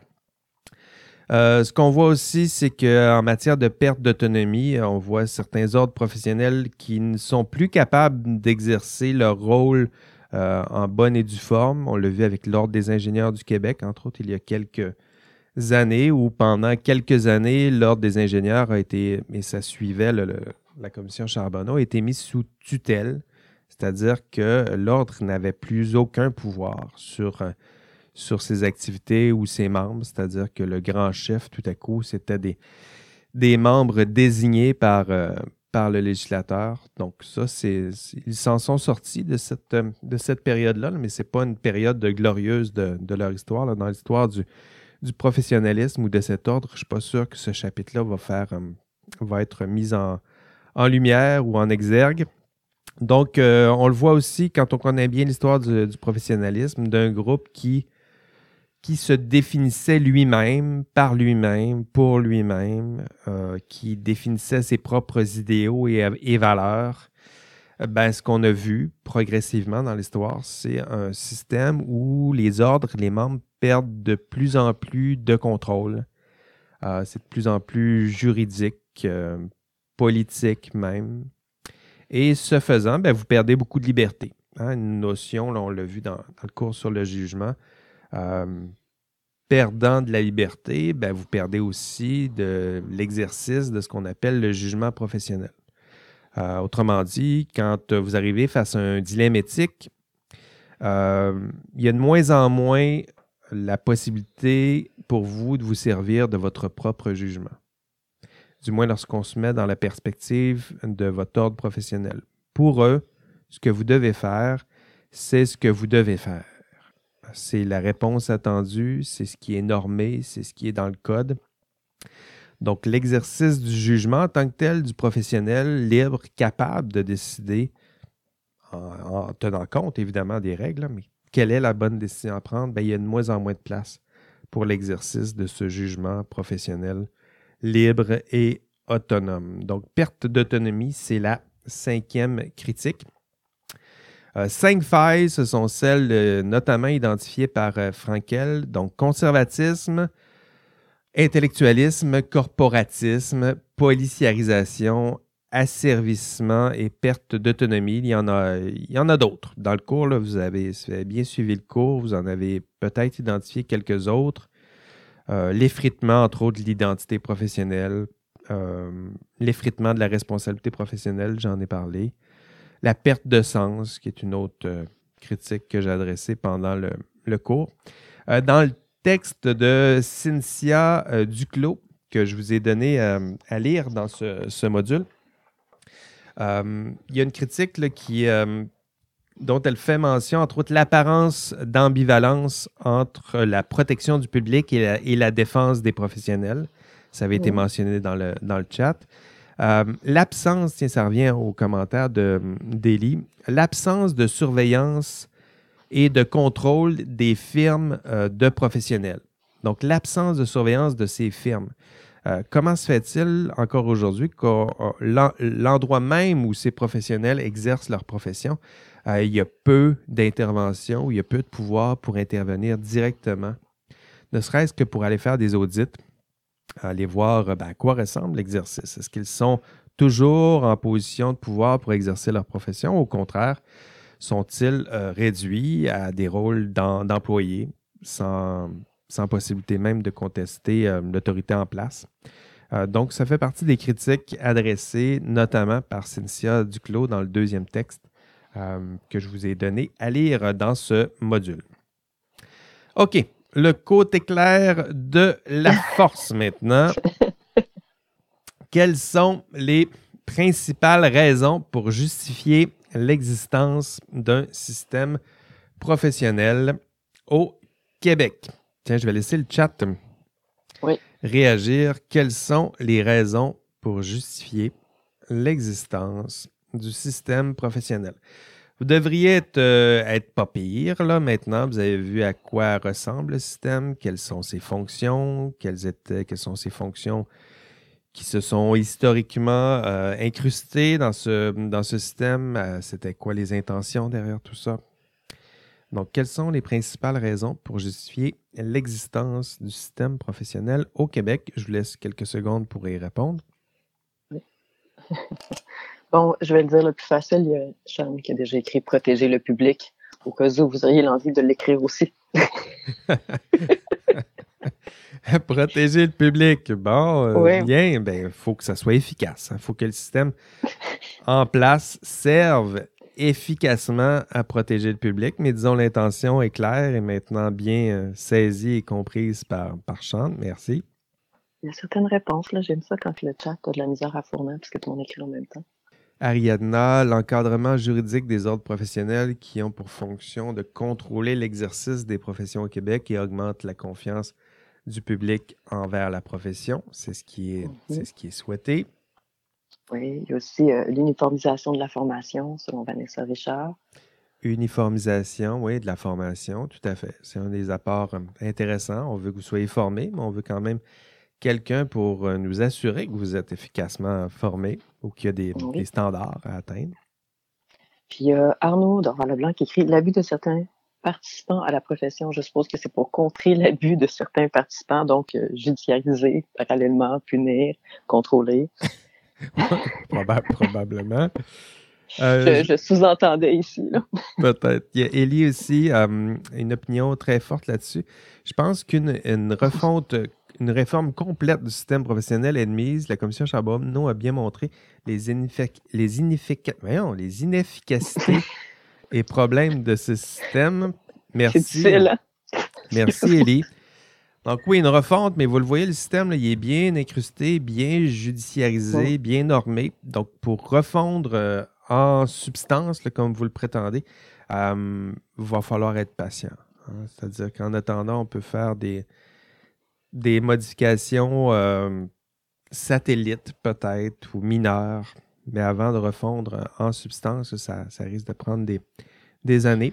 Euh, ce qu'on voit aussi, c'est qu'en matière de perte d'autonomie, on voit certains ordres professionnels qui ne sont plus capables d'exercer leur rôle euh, en bonne et due forme. On l'a vu avec l'Ordre des ingénieurs du Québec, entre autres, il y a quelques années, où pendant quelques années, l'Ordre des ingénieurs a été, et ça suivait le, le, la commission Charbonneau, a été mis sous tutelle, c'est-à-dire que l'Ordre n'avait plus aucun pouvoir sur euh, sur ses activités ou ses membres, c'est-à-dire que le grand chef, tout à coup, c'était des, des membres désignés par, euh, par le législateur. Donc ça, c'est, c'est ils s'en sont sortis de cette, de cette période-là, mais ce n'est pas une période de glorieuse de, de leur histoire. Là. Dans l'histoire du, du professionnalisme ou de cet ordre, je ne suis pas sûr que ce chapitre-là va, faire, euh, va être mis en, en lumière ou en exergue. Donc, euh, on le voit aussi quand on connaît bien l'histoire du, du professionnalisme, d'un groupe qui qui se définissait lui-même, par lui-même, pour lui-même, euh, qui définissait ses propres idéaux et, et valeurs. Ben, ce qu'on a vu progressivement dans l'histoire, c'est un système où les ordres, les membres perdent de plus en plus de contrôle. Euh, c'est de plus en plus juridique, euh, politique même. Et ce faisant, ben, vous perdez beaucoup de liberté. Hein, une notion, là, on l'a vu dans, dans le cours sur le jugement, Euh, perdant de la liberté, ben, vous perdez aussi de l'exercice de ce qu'on appelle le jugement professionnel. Euh, autrement dit, quand vous arrivez face à un dilemme éthique, euh, il y a de moins en moins la possibilité pour vous de vous servir de votre propre jugement. Du moins lorsqu'on se met dans la perspective de votre ordre professionnel. Pour eux, ce que vous devez faire, c'est ce que vous devez faire. C'est la réponse attendue, c'est ce qui est normé, c'est ce qui est dans le code. Donc, l'exercice du jugement en tant que tel, du professionnel libre, capable de décider, en, en tenant compte évidemment des règles, mais quelle est la bonne décision à prendre? Bien, il y a de moins en moins de place pour l'exercice de ce jugement professionnel libre et autonome. Donc, perte d'autonomie, c'est la cinquième critique. Euh, cinq failles, ce sont celles euh, notamment identifiées par euh, Frankel, donc conservatisme, intellectualisme, corporatisme, policiarisation, asservissement et perte d'autonomie. Il y en a, il y en a d'autres. Dans le cours, là, vous, avez, vous avez bien suivi le cours, vous en avez peut-être identifié quelques autres. Euh, l'effritement, entre autres, de l'identité professionnelle, euh, l'effritement de la responsabilité professionnelle, j'en ai parlé. La perte de sens, qui est une autre euh, critique que j'ai adressée pendant le, le cours. Euh, dans le texte de Cynthia euh, Duclos, que je vous ai donné euh, à lire dans ce, ce module, euh, il y a une critique là, qui, euh, dont elle fait mention, entre autres, l'apparence d'ambivalence entre la protection du public et la, et la défense des professionnels. Ça avait été mentionné dans le, dans le chat. Euh, l'absence, tiens, ça revient au commentaire de d'Élie, l'absence de surveillance et de contrôle des firmes euh, de professionnels. Donc, l'absence de surveillance de ces firmes. Euh, comment se fait-il encore aujourd'hui que l'endroit même où ces professionnels exercent leur profession, euh, il y a peu d'intervention, il y a peu de pouvoir pour intervenir directement, ne serait-ce que pour aller faire des audits, aller voir ben, à quoi ressemble l'exercice. Est-ce qu'ils sont toujours en position de pouvoir pour exercer leur profession? Au contraire, sont-ils euh, réduits à des rôles d'employés sans, sans possibilité même de contester euh, l'autorité en place? Euh, donc, ça fait partie des critiques adressées notamment par Cynthia Duclos dans le deuxième texte euh, que je vous ai donné à lire dans ce module. OK. Le côté clair de la force maintenant. Quelles sont les principales raisons pour justifier l'existence d'un système professionnel au Québec? Tiens, je vais laisser le chat oui. réagir. Quelles sont les raisons pour justifier l'existence du système professionnel? Vous devriez être, euh, être pas pire, là, maintenant. Vous avez vu à quoi ressemble le système, quelles sont ses fonctions, quelles, étaient, quelles sont ses fonctions qui se sont historiquement euh, incrustées dans ce, dans ce système. Euh, c'était quoi les intentions derrière tout ça? Donc, quelles sont les principales raisons pour justifier l'existence du système professionnel au Québec? Je vous laisse quelques secondes pour y répondre. Oui. Bon, je vais le dire le plus facile. Il y a Sean qui a déjà écrit « Protéger le public ». Au cas où vous auriez l'envie de l'écrire aussi. Protéger le public. Bon, euh, oui. bien, ben, il faut que ça soit efficace. Il faut que le système en place serve efficacement à protéger le public. Mais disons, l'intention est claire et maintenant bien euh, saisie et comprise par, par Sean. Merci. Il y a certaines réponses. Là. J'aime ça quand le chat a de la misère à fournir parce que tout le monde écrit en même temps. Ariadna, l'encadrement juridique des ordres professionnels qui ont pour fonction de contrôler l'exercice des professions au Québec et augmente la confiance du public envers la profession. C'est ce qui est, mm-hmm. c'est ce qui est souhaité. Oui, il y a aussi euh, l'uniformisation de la formation, selon Vanessa Richard. Uniformisation, oui, de la formation, tout à fait. C'est un des apports euh, intéressants. On veut que vous soyez formés, mais on veut quand même quelqu'un pour euh, nous assurer que vous êtes efficacement formé ou qu'il y a des, oui. des standards à atteindre. Puis il y a Arnaud Dorval-Leblanc qui écrit « L'abus de certains participants à la profession », je suppose que c'est pour contrer l'abus de certains participants, donc euh, judiciariser, parallèlement, punir, contrôler. Probable, probablement. Euh, je, je sous-entendais ici. Là. Peut-être. Il y a Élie aussi, euh, une opinion très forte là-dessus. Je pense qu'une une refonte une réforme complète du système professionnel est de mise. La commission Charbonneau a bien montré les, ineffic- les, ineffic- voyons, les inefficacités et problèmes de ce système. Merci. C'est difficile, hein? Merci, Élie. Donc oui, une refonte, mais vous le voyez, le système, là, il est bien incrusté, bien judiciarisé, bien normé. Donc, pour refondre euh, en substance, là, comme vous le prétendez, il euh, va falloir être patient. Hein. C'est-à-dire qu'en attendant, on peut faire des, des modifications euh, satellites, peut-être, ou mineures. Mais avant de refondre en substance, ça, ça risque de prendre des, des années.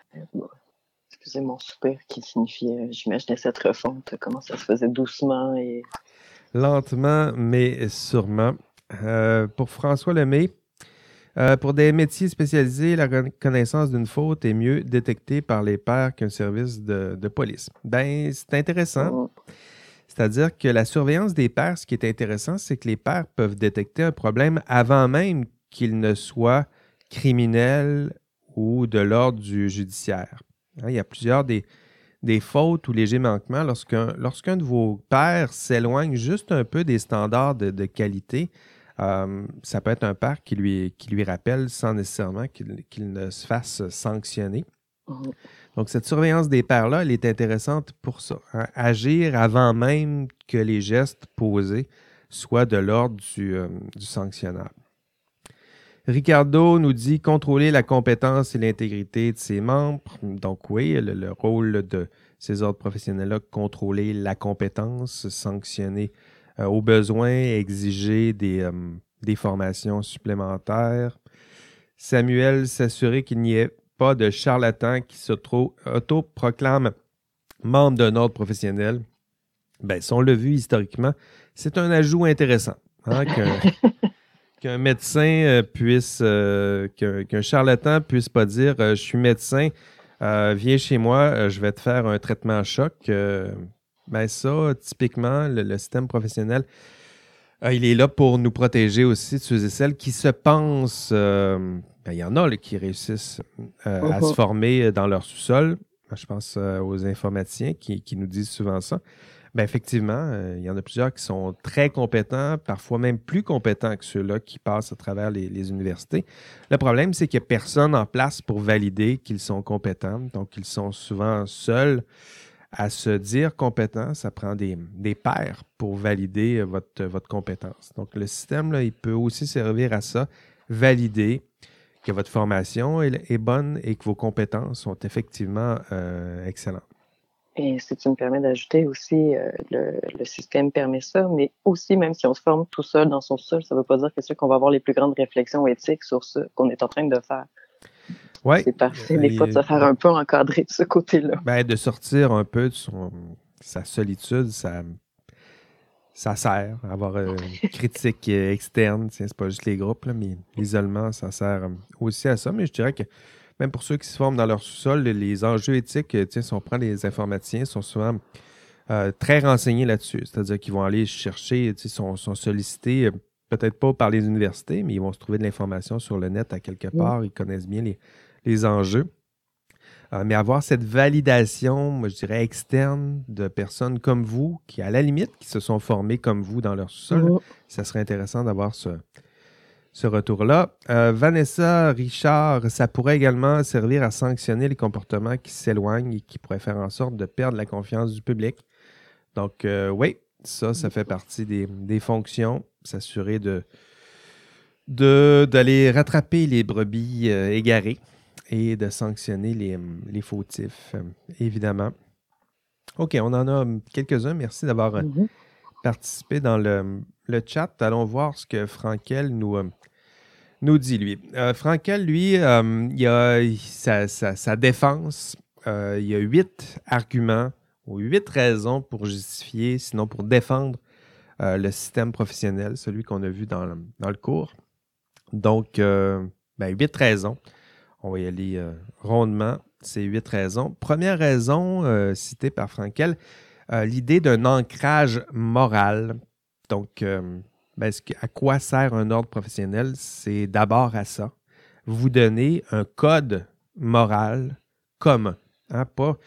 Excusez mon soupir qui signifiait, j'imaginais cette refonte, comment ça se faisait doucement et... Lentement, mais sûrement. Euh, pour François Lemay, euh, pour des métiers spécialisés, la reconnaissance d'une faute est mieux détectée par les pairs qu'un service de, de police. Ben, c'est intéressant. Mmh. C'est-à-dire que la surveillance des pairs, ce qui est intéressant, c'est que les pairs peuvent détecter un problème avant même qu'il ne soit criminel ou de l'ordre du judiciaire. Hein, il y a plusieurs des, des fautes ou légers manquements lorsqu'un, lorsqu'un de vos pairs s'éloigne juste un peu des standards de, de qualité. Euh, ça peut être un pair qui lui, qui lui rappelle sans nécessairement qu'il, qu'il ne se fasse sanctionner. Mmh. Donc, cette surveillance des pairs-là, elle est intéressante pour ça. Hein, agir avant même que les gestes posés soient de l'ordre du, euh, du sanctionnable. Ricardo nous dit contrôler la compétence et l'intégrité de ses membres. Donc oui, le, le rôle de ces ordres professionnels-là, contrôler la compétence, sanctionner euh, au besoin, exiger des, euh, des formations supplémentaires. Samuel, s'assurer qu'il n'y ait pas de charlatans qui s'auto-proclament membres d'un ordre professionnel. Bien, si on l'a vu historiquement, c'est un ajout intéressant. Hein, qu'un, qu'un médecin puisse, euh, qu'un, qu'un charlatan puisse pas dire euh, « je suis médecin, euh, viens chez moi, euh, je vais te faire un traitement à choc euh, ». Ben ça, typiquement, le, le système professionnel, euh, il est là pour nous protéger aussi de ceux et celles qui se pensent... Euh, ben, il y en a là, qui réussissent euh, uh-huh. à se former dans leur sous-sol. Je pense euh, aux informaticiens qui, qui nous disent souvent ça. Ben effectivement, euh, il y en a plusieurs qui sont très compétents, parfois même plus compétents que ceux-là qui passent à travers les, les universités. Le problème, c'est qu'il n'y a personne en place pour valider qu'ils sont compétents. Donc, ils sont souvent seuls à se dire compétents. Ça prend des, des pairs pour valider votre, votre compétence. Donc, le système, là, il peut aussi servir à ça, valider que votre formation est, est bonne et que vos compétences sont effectivement euh, excellentes. Et si tu me permets d'ajouter aussi, euh, le, le système permet ça, mais aussi, même si on se forme tout seul dans son sol, ça ne veut pas dire que c'est sûr qu'on va avoir les plus grandes réflexions éthiques sur ce qu'on est en train de faire. Ouais, c'est parfait, des fois, de se faire un peu encadrer de ce côté-là. Ben, de sortir un peu de son, sa solitude, ça, ça sert à avoir une critique externe. C'est pas juste les groupes, là, mais l'isolement, ça sert aussi à ça. Mais je dirais que même pour ceux qui se forment dans leur sous-sol, les enjeux éthiques, si on prend les informaticiens, sont souvent euh, très renseignés là-dessus. C'est-à-dire qu'ils vont aller chercher, sont, sont sollicités, peut-être pas par les universités, mais ils vont se trouver de l'information sur le net à quelque part. Mmh. Ils connaissent bien les, les enjeux. Euh, mais avoir cette validation, moi je dirais externe, de personnes comme vous, qui à la limite, qui se sont formées comme vous dans leur sous-sol, mmh. ça serait intéressant d'avoir ce... ce retour-là. Euh, Vanessa Richard, ça pourrait également servir à sanctionner les comportements qui s'éloignent et qui pourraient faire en sorte de perdre la confiance du public. Donc, euh, oui, ça, ça fait partie des, des fonctions, s'assurer de, de, d'aller rattraper les brebis euh, égarées et de sanctionner les, les fautifs, euh, évidemment. OK, on en a quelques-uns. Merci d'avoir euh, mm-hmm. participé dans le, le chat. Allons voir ce que Frankel nous... Euh, nous dit, lui. Euh, Frankel, lui, euh, il a sa, sa, sa défense, euh, il y a huit arguments ou huit raisons pour justifier, sinon pour défendre euh, le système professionnel, celui qu'on a vu dans le, dans le cours. Donc, euh, ben, huit raisons. On va y aller euh, rondement, ces huit raisons. Première raison, euh, citée par Frankel, euh, l'idée d'un ancrage moral. Donc, euh, ben, à quoi sert un ordre professionnel? C'est d'abord à ça. Vous donner un code moral commun. Hein? Pas,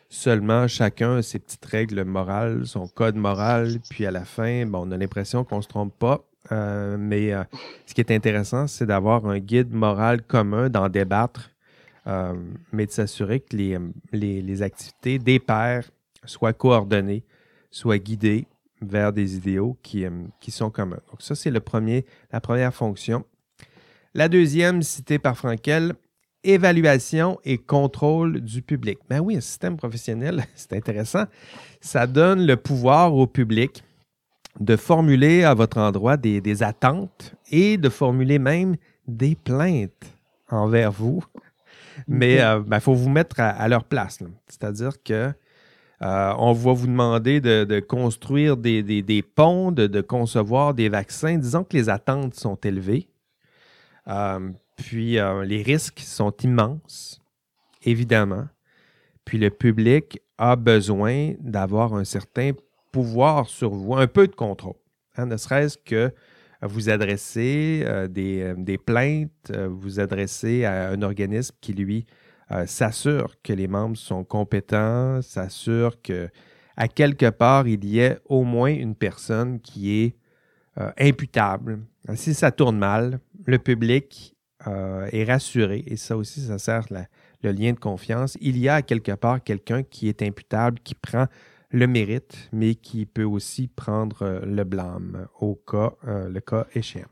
Seulement, chacun a ses petites règles morales, son code moral, puis à la fin, bon, on a l'impression qu'on ne se trompe pas. Euh, mais euh, ce qui est intéressant, c'est d'avoir un guide moral commun, d'en débattre, euh, mais de s'assurer que les, les, les activités des pairs soient coordonnées, soient guidées vers des idéaux qui, euh, qui sont communs. Donc ça, c'est le premier, la première fonction. La deuxième, citée par Frankel, évaluation et contrôle du public. Ben oui, un système professionnel, c'est intéressant. Ça donne le pouvoir au public de formuler à votre endroit des, des attentes et de formuler même des plaintes envers vous. Mais il euh, ben, faut vous mettre à, à leur place. Là. C'est-à-dire que euh, on va vous demander de, de construire des, des, des ponts, de, de concevoir des vaccins. Disons que les attentes sont élevées. Euh, puis euh, les risques sont immenses, évidemment. Puis le public a besoin d'avoir un certain pouvoir sur vous, un peu de contrôle. Hein, ne serait-ce que vous adresser euh, des, euh, des plaintes, euh, vous adresser à un organisme qui, lui, euh, s'assure que les membres sont compétents, s'assure qu'à quelque part, il y ait au moins une personne qui est euh, imputable. Si ça tourne mal, le public euh, est rassuré, et ça aussi, ça sert la, le lien de confiance. Il y a à quelque part quelqu'un qui est imputable, qui prend le mérite, mais qui peut aussi prendre euh, le blâme au cas, euh, le cas échéant.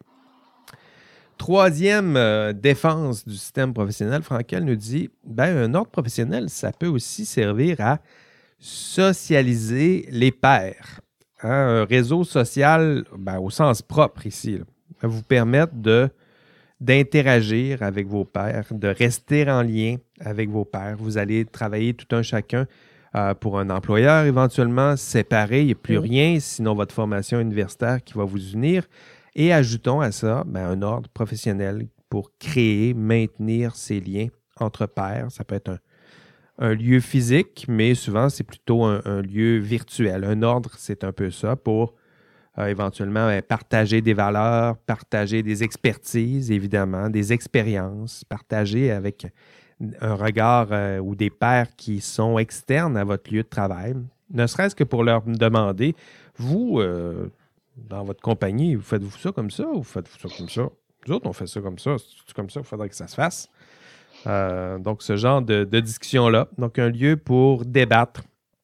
Troisième euh, défense du système professionnel, Frankel nous dit, ben, un ordre professionnel, ça peut aussi servir à socialiser les pairs. Hein, un réseau social, ben, au sens propre ici, là, va vous permettre de, d'interagir avec vos pairs, de rester en lien avec vos pairs. Vous allez travailler tout un chacun euh, pour un employeur, éventuellement séparé. Il n'y a plus oui. rien, sinon votre formation universitaire qui va vous unir. Et ajoutons à ça ben, un ordre professionnel pour créer, maintenir ces liens entre pairs. Ça peut être un un lieu physique, mais souvent, c'est plutôt un, un lieu virtuel. Un ordre, c'est un peu ça pour euh, éventuellement euh, partager des valeurs, partager des expertises, évidemment, des expériences, partager avec un regard euh, ou des pairs qui sont externes à votre lieu de travail, ne serait-ce que pour leur demander, vous, euh, dans votre compagnie, vous faites-vous ça comme ça ou vous faites-vous ça comme ça? Nous autres, on fait ça comme ça. C'est comme ça qu'il faudrait que ça se fasse. Euh, donc, ce genre de, de discussion-là. Donc, un lieu pour débattre,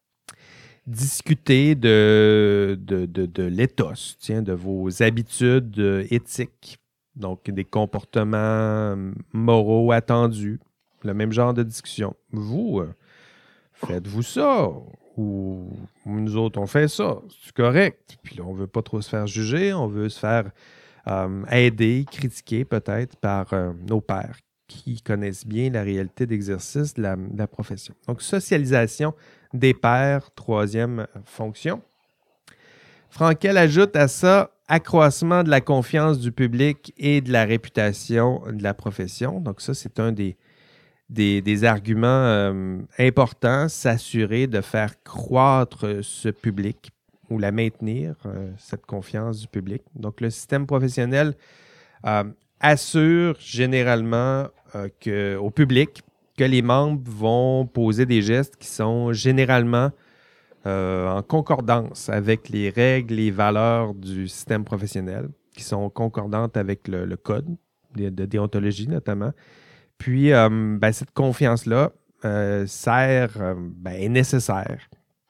discuter de, de, de, de l'éthos, tiens, de vos habitudes éthiques, donc des comportements moraux attendus, le même genre de discussion. Vous, euh, faites-vous ça? Ou nous autres, on fait ça? C'est correct. Puis là, on ne veut pas trop se faire juger, on veut se faire euh, aider, critiquer peut-être par euh, nos pairs qui connaissent bien la réalité d'exercice de la, de la profession. Donc, socialisation des pairs, troisième fonction. Frankel ajoute à ça accroissement de la confiance du public et de la réputation de la profession. Donc, ça, c'est un des, des, des arguments euh, importants, s'assurer de faire croître ce public ou la maintenir, euh, cette confiance du public. Donc, le système professionnel euh, assure généralement euh, que, au public que les membres vont poser des gestes qui sont généralement euh, en concordance avec les règles et valeurs du système professionnel, qui sont concordantes avec le, le code de, de déontologie notamment. Puis, euh, ben, cette confiance-là euh, sert, euh, ben, est nécessaire.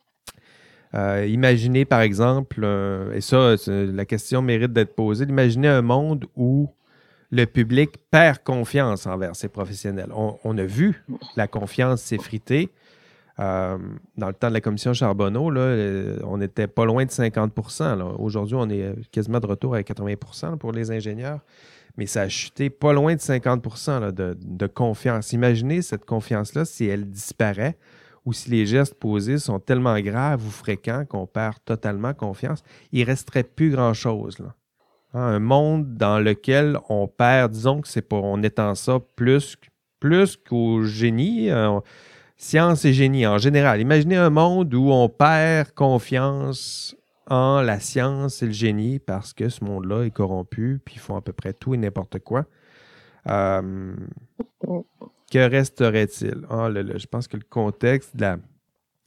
Euh, imaginez par exemple, euh, et ça, la question mérite d'être posée, imaginez un monde où le public perd confiance envers ses professionnels. On, on a vu la confiance s'effriter. Euh, dans le temps de la commission Charbonneau, là, on n'était pas loin de cinquante pour cent. Là. Aujourd'hui, on est quasiment de retour à quatre-vingts pour cent pour les ingénieurs. Mais ça a chuté pas loin de cinquante pour cent là, de, de confiance. Imaginez cette confiance-là si elle disparaît ou si les gestes posés sont tellement graves ou fréquents qu'on perd totalement confiance. Il ne resterait plus grand-chose, là. Un monde dans lequel on perd, disons que c'est pas, on étend ça plus, plus qu'au génie, euh, science et génie en général. Imaginez un monde où on perd confiance en la science et le génie parce que ce monde-là est corrompu, puis ils font à peu près tout et n'importe quoi. Euh, que resterait-il? Ah, là, là, je pense que le contexte de la,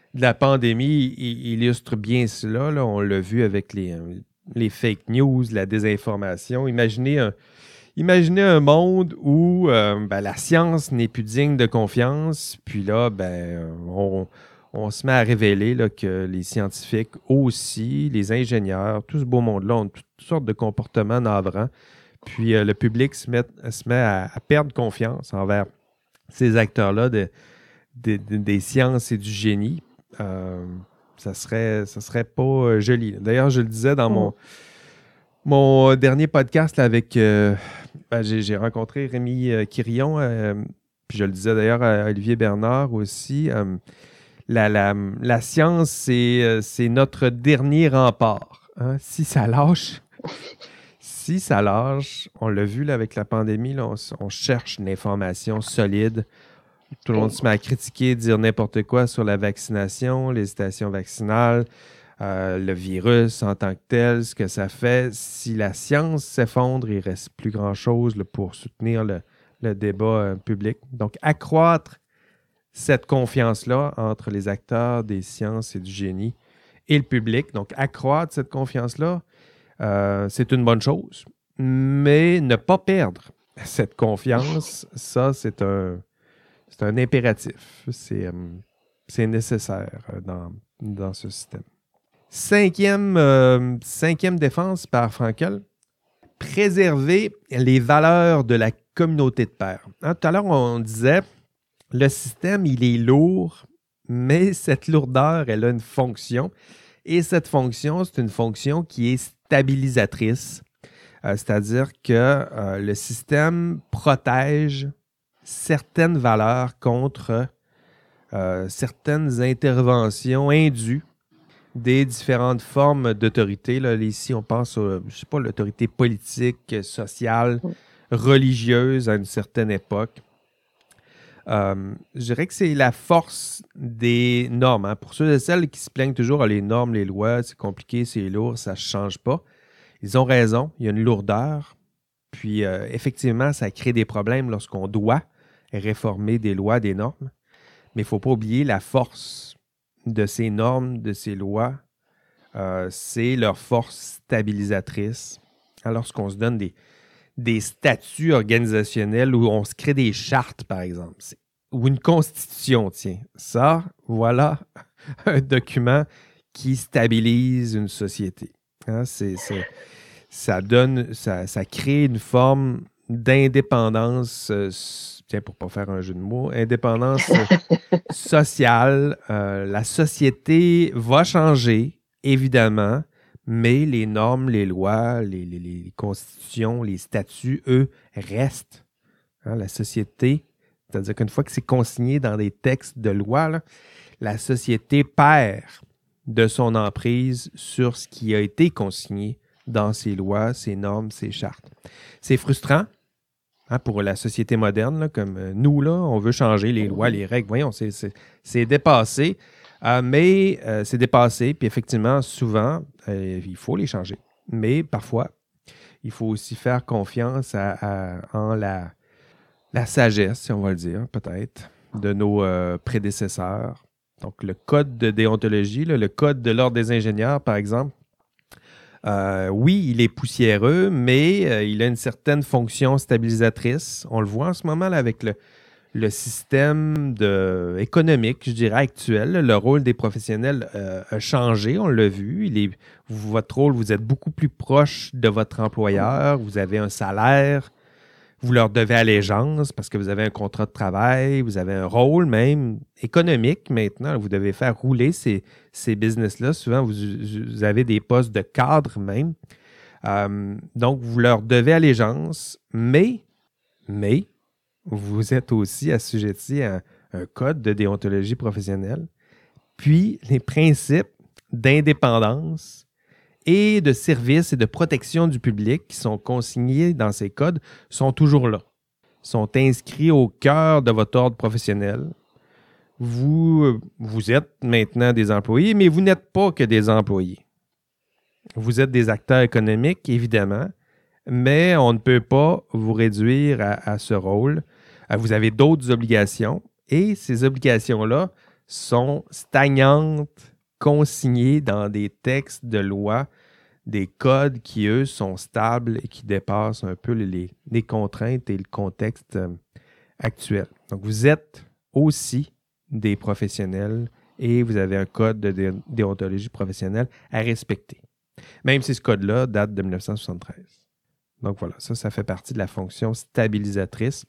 de la pandémie il, illustre bien cela. Là. On l'a vu avec les, les fake news, la désinformation. Imaginez un, imaginez un monde où euh, ben, la science n'est plus digne de confiance, puis là, ben, on, on se met à révéler là, que les scientifiques aussi, les ingénieurs, tout ce beau monde-là ont toutes sortes de comportements navrants. Puis euh, le public se met, se met à, à perdre confiance envers ces acteurs-là de, de, de, des sciences et du génie. Euh, ça serait, ça serait pas euh, joli. D'ailleurs, je le disais dans mon, mon dernier podcast là, avec... Euh, ben, j'ai, j'ai rencontré Rémi euh, Quirion, euh, puis je le disais d'ailleurs à Olivier Bernard aussi. Euh, la, la, la science, c'est, euh, c'est notre dernier rempart. Hein? Si ça lâche... Si ça lâche, on l'a vu là, avec la pandémie, là, on, on cherche une information solide. Tout le monde se met à critiquer, dire n'importe quoi sur la vaccination, l'hésitation vaccinale, euh, le virus en tant que tel, ce que ça fait. Si la science s'effondre, il ne reste plus grand-chose là, pour soutenir le, le débat euh, public. Donc, accroître cette confiance-là entre les acteurs des sciences et du génie et le public. Donc, accroître cette confiance-là, Euh, c'est une bonne chose, mais ne pas perdre cette confiance, ça, c'est un, c'est un impératif. C'est, euh, c'est nécessaire dans, dans ce système. Cinquième, euh, cinquième défense par Frankl, préserver les valeurs de la communauté de pairs. Hein, tout à l'heure, on disait, le système, il est lourd, mais cette lourdeur, elle a une fonction. Et cette fonction, c'est une fonction qui est stabilisatrice, euh, c'est-à-dire que euh, le système protège certaines valeurs contre euh, certaines interventions indues des différentes formes d'autorité. Là, ici, on pense à, je sais pas, l'autorité politique, sociale, religieuse à une certaine époque. Euh, je dirais que c'est la force des normes. Hein. Pour ceux et celles qui se plaignent toujours, ah, les normes, les lois, c'est compliqué, c'est lourd, ça ne change pas. Ils ont raison, il y a une lourdeur. Puis, euh, effectivement, ça crée des problèmes lorsqu'on doit réformer des lois, des normes. Mais il ne faut pas oublier la force de ces normes, de ces lois. Euh, c'est leur force stabilisatrice. Alors, lorsqu'on se donne des, des statuts organisationnels où on se crée des chartes, par exemple, c'est, ou une constitution, tiens. Ça, voilà un document qui stabilise une société. Hein, c'est, c'est, ça donne, ça, ça crée une forme d'indépendance, euh, tiens, pour ne pas faire un jeu de mots, indépendance sociale. Euh, la société va changer, évidemment, mais les normes, les lois, les, les, les constitutions, les statuts, eux, restent. Hein, la société, c'est-à-dire qu'une fois que c'est consigné dans des textes de loi, là, la société perd de son emprise sur ce qui a été consigné dans ses lois, ses normes, ses chartes. C'est frustrant hein, pour la société moderne, là, comme nous, là, on veut changer les lois, les règles. Voyons, c'est, c'est, c'est dépassé. Euh, mais euh, c'est dépassé, puis effectivement, souvent, euh, il faut les changer. Mais parfois, il faut aussi faire confiance à, à, en la, la sagesse, si on va le dire, peut-être, de nos euh, prédécesseurs. Donc, le code de déontologie, là, le code de l'Ordre des ingénieurs, par exemple, euh, oui, il est poussiéreux, mais euh, il a une certaine fonction stabilisatrice. On le voit en ce moment là, avec le, le système de, économique, je dirais, actuel. Le rôle des professionnels euh, a changé, on l'a vu. Il est, votre rôle, vous êtes beaucoup plus proche de votre employeur, vous avez un salaire, vous leur devez allégeance parce que vous avez un contrat de travail, vous avez un rôle même économique maintenant. Vous devez faire rouler ces, ces business-là. Souvent, vous, vous avez des postes de cadre même. Euh, donc, vous leur devez allégeance, mais, mais vous êtes aussi assujetti à un code de déontologie professionnelle. Puis, les principes d'indépendance et de service et de protection du public qui sont consignés dans ces codes sont toujours là, sont inscrits au cœur de votre ordre professionnel. Vous, vous êtes maintenant des employés, mais vous n'êtes pas que des employés. Vous êtes des acteurs économiques, évidemment, mais on ne peut pas vous réduire à, à ce rôle. Vous avez d'autres obligations et ces obligations-là sont stagnantes, consignées dans des textes de loi, des codes qui, eux, sont stables et qui dépassent un peu les, les contraintes et le contexte euh, actuel. Donc, vous êtes aussi des professionnels et vous avez un code de dé- déontologie professionnelle à respecter. Même si ce code-là date de dix-neuf cent soixante-treize. Donc voilà, ça, ça fait partie de la fonction stabilisatrice.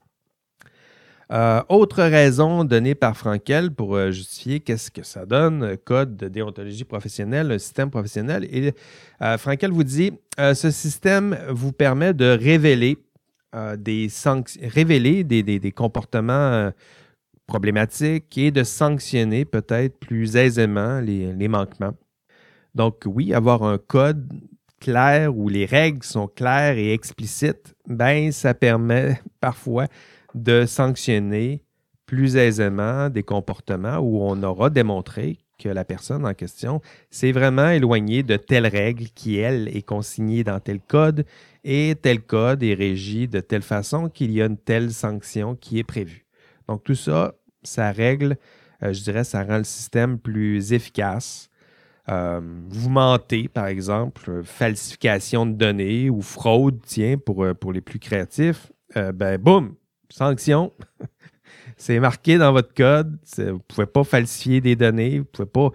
Euh, autre raison donnée par Frankel pour euh, justifier qu'est-ce que ça donne, euh, code de déontologie professionnelle, un système professionnel. Et euh, Frankel vous dit, euh, ce système vous permet de révéler euh, des, sanc- révéler des, des, des comportements euh, problématiques et de sanctionner peut-être plus aisément les, les manquements. Donc oui, avoir un code clair où les règles sont claires et explicites, ben ça permet parfois de sanctionner plus aisément des comportements où on aura démontré que la personne en question s'est vraiment éloignée de telle règle qui, elle, est consignée dans tel code et tel code est régi de telle façon qu'il y a une telle sanction qui est prévue. Donc tout ça, ça règle, euh, je dirais, ça rend le système plus efficace. Euh, vous mentez, par exemple, falsification de données ou fraude, tiens, pour, pour les plus créatifs, euh, ben boum, sanction. C'est marqué dans votre code. Vous ne pouvez pas falsifier des données. Vous ne pouvez pas,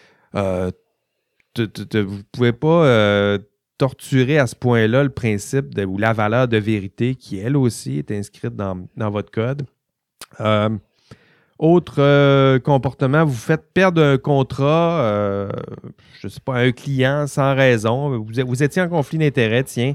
euh, te, te, te, vous pouvez pas euh, torturer à ce point-là le principe de, ou la valeur de vérité qui, elle aussi, est inscrite dans, dans votre code. Euh, Autre euh, comportement, vous faites perdre un contrat, euh, je ne sais pas, à un client sans raison. Vous, vous étiez en conflit d'intérêts, tiens.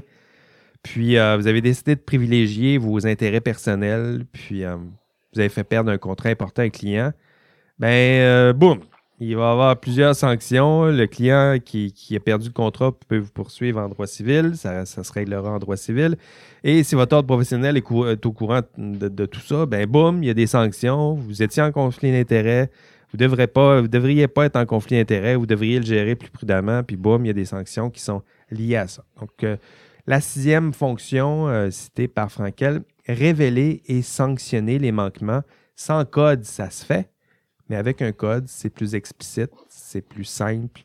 Puis euh, vous avez décidé de privilégier vos intérêts personnels. Puis euh, vous avez fait perdre un contrat important à un client. Ben, euh, boum! Il va y avoir plusieurs sanctions. Le client qui, qui a perdu le contrat peut vous poursuivre en droit civil. Ça, ça se réglera en droit civil. Et si votre ordre professionnel est, cou- est au courant de, de tout ça, ben boum, il y a des sanctions. Vous étiez en conflit d'intérêts. Vous devrez pas, vous devriez pas être en conflit d'intérêts. Vous devriez le gérer plus prudemment. Puis boum, il y a des sanctions qui sont liées à ça. Donc, euh, la sixième fonction euh, citée par Frankel, révéler et sanctionner les manquements. Sans code, ça se fait. Mais avec un code, c'est plus explicite, c'est plus simple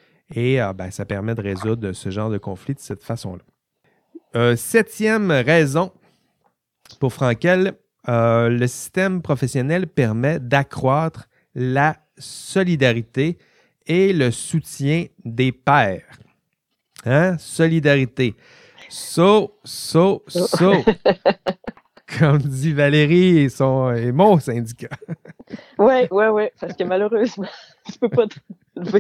et euh, ben, ça permet de résoudre ce genre de conflit de cette façon-là. Euh, septième raison pour Frankel, euh, le système professionnel permet d'accroître la solidarité et le soutien des pairs. Hein? Solidarité. So, so, so. Comme dit Valérie et, son, et mon syndicat. Oui, oui, oui, parce que malheureusement, je peux pas te lever.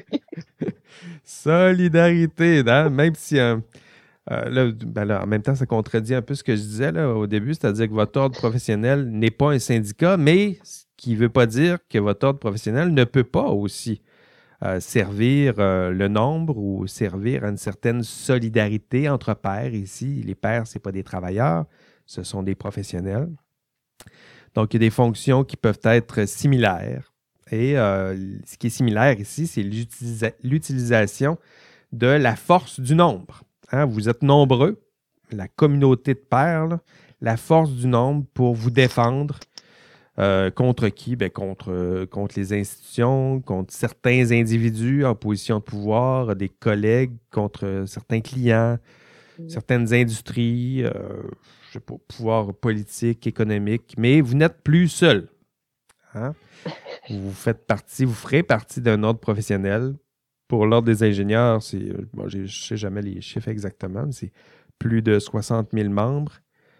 Solidarité, hein? Même si, euh, euh, là, ben là, en même temps, ça contredit un peu ce que je disais là, au début, c'est-à-dire que votre ordre professionnel n'est pas un syndicat, mais ce qui ne veut pas dire que votre ordre professionnel ne peut pas aussi euh, servir euh, le nombre ou servir à une certaine solidarité entre pairs. Ici, les pairs, ce n'est pas des travailleurs, ce sont des professionnels. Donc, il y a des fonctions qui peuvent être similaires. Et euh, ce qui est similaire ici, c'est l'utilisa- l'utilisation de la force du nombre. Hein, vous êtes nombreux, la communauté de pairs, là, la force du nombre pour vous défendre. Euh, contre qui? Ben, contre, euh, contre les institutions, contre certains individus en position de pouvoir, des collègues, contre certains clients, mmh. certaines industries, euh, je sais pas, pouvoir politique, économique, mais vous n'êtes plus seul. Hein? Vous faites partie, vous ferez partie d'un ordre professionnel. Pour l'ordre des ingénieurs, c'est, bon, je ne sais jamais les chiffres exactement, mais c'est plus de soixante mille membres.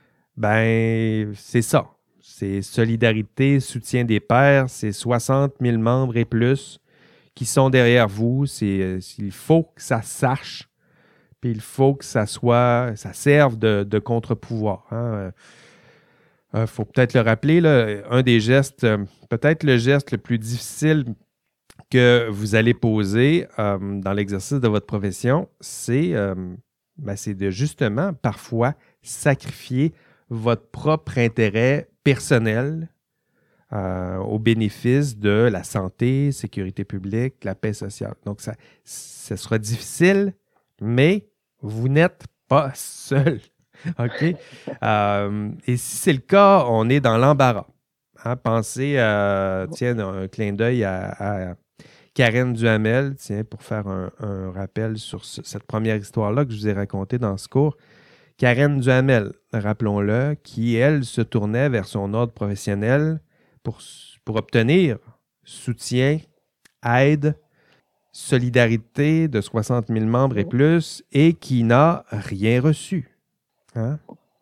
Ben, c'est ça. C'est solidarité, soutien des pairs, c'est soixante mille membres et plus qui sont derrière vous. C'est, il faut que ça sache, puis il faut que ça soit, ça serve de, de contre-pouvoir. Il hein. euh, faut peut-être le rappeler, là, un des gestes, euh, peut-être le geste le plus difficile que vous allez poser euh, dans l'exercice de votre profession, c'est, euh, ben, c'est de justement parfois sacrifier votre propre intérêt personnel euh, au bénéfice de la santé, sécurité publique, la paix sociale. Donc, ça, ça sera difficile, mais vous n'êtes pas seul. OK? Euh, et si c'est le cas, on est dans l'embarras. Hein, pensez à, tiens, un clin d'œil à, à Karen Duhamel, tiens, pour faire un, un rappel sur ce, cette première histoire-là que je vous ai racontée dans ce cours. Karen Duhamel, rappelons-le, qui, elle, se tournait vers son ordre professionnel pour, pour obtenir soutien, aide, solidarité de soixante mille membres et plus, et qui n'a rien reçu. Hein?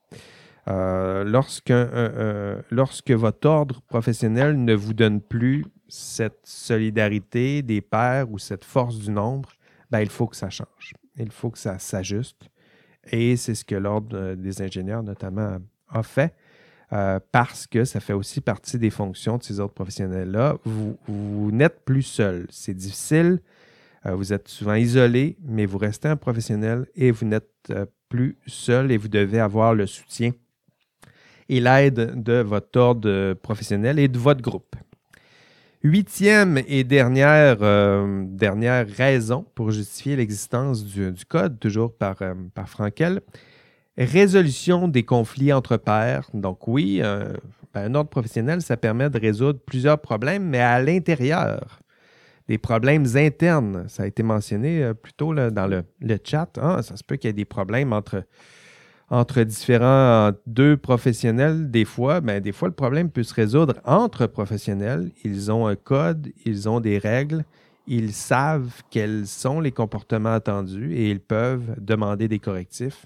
Euh, lorsque, euh, euh, lorsque votre ordre professionnel ne vous donne plus cette solidarité des pairs ou cette force du nombre, ben, il faut que ça change. Il faut que ça s'ajuste. Et c'est ce que l'Ordre des ingénieurs, notamment, a fait, euh, parce que ça fait aussi partie des fonctions de ces ordres professionnels-là. Vous, vous n'êtes plus seul. C'est difficile. Euh, vous êtes souvent isolé, mais vous restez un professionnel et vous n'êtes euh, plus seul et vous devez avoir le soutien et l'aide de votre ordre professionnel et de votre groupe. Huitième et dernière, euh, dernière raison pour justifier l'existence du, du code, toujours par, euh, par Frankel, résolution des conflits entre pairs. Donc oui, euh, ben, un ordre professionnel, ça permet de résoudre plusieurs problèmes, mais à l'intérieur. Des problèmes internes, ça a été mentionné euh, plus tôt là, dans le, le chat. Ah, ça se peut qu'il y ait des problèmes entre... entre différents deux professionnels, des fois, ben, des fois, le problème peut se résoudre entre professionnels. Ils ont un code, ils ont des règles, ils savent quels sont les comportements attendus et ils peuvent demander des correctifs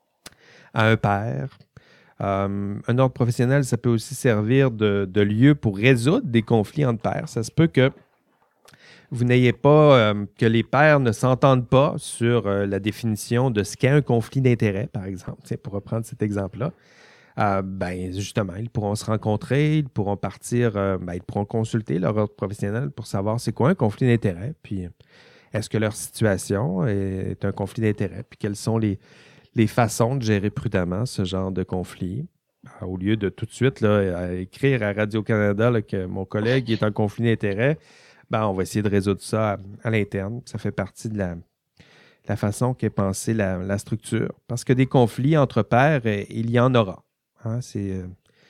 à un pair. Euh, un ordre professionnel, ça peut aussi servir de, de lieu pour résoudre des conflits entre pairs. Ça se peut que vous n'ayez pas, euh, que les pairs ne s'entendent pas sur euh, la définition de ce qu'est un conflit d'intérêts, par exemple. Tiens, pour reprendre cet exemple-là, euh, ben, justement, ils pourront se rencontrer, ils pourront partir, euh, ben, ils pourront consulter leur ordre professionnel pour savoir c'est quoi un conflit d'intérêts, puis est-ce que leur situation est un conflit d'intérêts, puis quelles sont les, les façons de gérer prudemment ce genre de conflit. Euh, au lieu de tout de suite là, à écrire à Radio-Canada là, que mon collègue est en conflit d'intérêts, ben, on va essayer de résoudre ça à, à l'interne. Ça fait partie de la, la façon qu'est pensée la, la structure. Parce que des conflits entre pairs, euh, il y en aura. Hein? C'est, euh,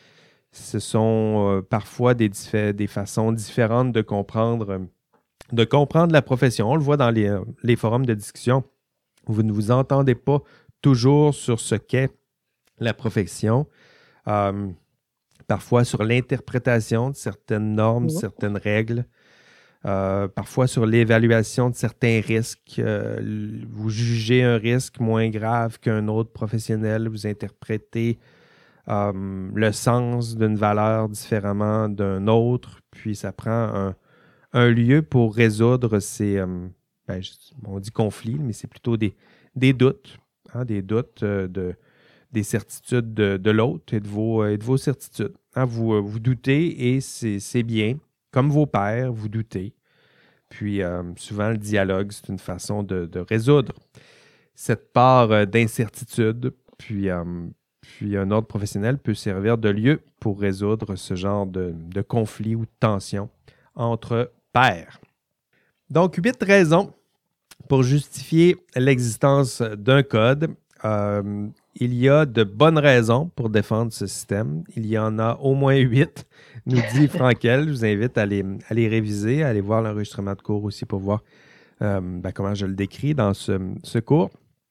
ce sont euh, parfois des, des façons différentes de comprendre, euh, de comprendre la profession. On le voit dans les, euh, les forums de discussion. Vous ne vous entendez pas toujours sur ce qu'est la profession. Euh, parfois sur l'interprétation de certaines normes, oui. certaines règles. Euh, parfois sur l'évaluation de certains risques. Euh, vous jugez un risque moins grave qu'un autre professionnel. Vous interprétez euh, le sens d'une valeur différemment d'un autre. Puis ça prend un, un lieu pour résoudre ces, euh, ben, on dit conflits, mais c'est plutôt des, des doutes. Hein, des doutes euh, de, des certitudes de, de l'autre et de vos, et de vos certitudes. Hein, vous, vous doutez et c'est, c'est bien. Comme vos pairs, vous doutez. Puis, euh, souvent, le dialogue, c'est une façon de, de résoudre cette part euh, d'incertitude. Puis, euh, puis, un ordre professionnel peut servir de lieu pour résoudre ce genre de, de conflit ou de tension entre pairs. Donc, huit raisons pour justifier l'existence d'un code. Euh, il y a de bonnes raisons pour défendre ce système. Il y en a au moins huit, nous dit Frankel. Je vous invite à les, à les réviser, à aller voir l'enregistrement de cours aussi pour voir euh, ben, comment je le décris dans ce, ce cours.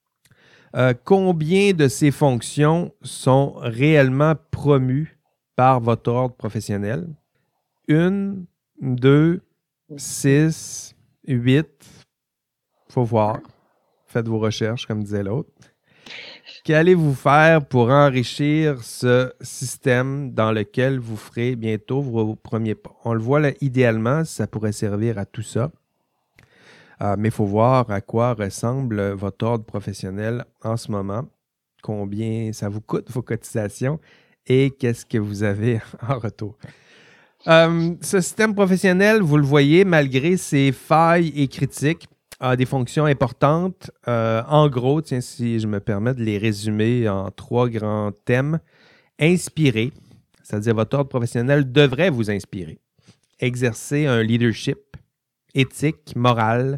Euh, combien de ces fonctions sont réellement promues par votre ordre professionnel? Une, deux, six, huit. Il faut voir. Faites vos recherches, comme disait l'autre. Qu'allez-vous faire pour enrichir ce système dans lequel vous ferez bientôt vos premiers pas? On le voit là, idéalement, ça pourrait servir à tout ça. Euh, mais il faut voir à quoi ressemble votre ordre professionnel en ce moment, combien ça vous coûte vos cotisations et qu'est-ce que vous avez en retour. Euh, ce système professionnel, vous le voyez, malgré ses failles et critiques, a des fonctions importantes. Euh, en gros, tiens, si je me permets de les résumer en trois grands thèmes. Inspirer, c'est-à-dire votre ordre professionnel devrait vous inspirer. Exercer un leadership éthique, moral,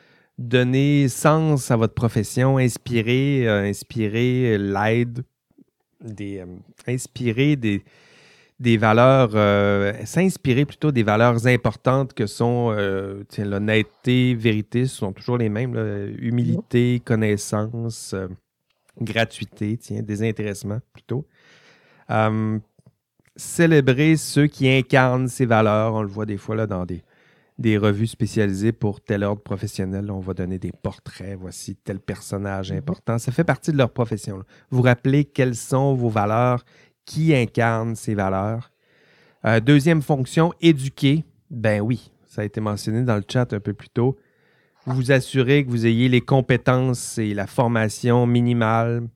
donner sens à votre profession, inspirer, euh, inspirer l'aide, des, euh, inspirer des, des valeurs, euh, s'inspirer plutôt des valeurs importantes que sont euh, tiens, l'honnêteté, vérité, ce sont toujours les mêmes, là, humilité, connaissance, euh, gratuité, tiens, désintéressement plutôt. Euh, célébrer ceux qui incarnent ces valeurs, on le voit des fois là, dans des, des revues spécialisées pour tel ordre professionnel, là, on va donner des portraits, voici tel personnage important, ça fait partie de leur profession. Là. Vous rappelez quelles sont vos valeurs, qui incarne ces valeurs. Euh, deuxième fonction, éduquer. Ben oui, ça a été mentionné dans le chat un peu plus tôt. Vous assurez que vous ayez les compétences et la formation minimale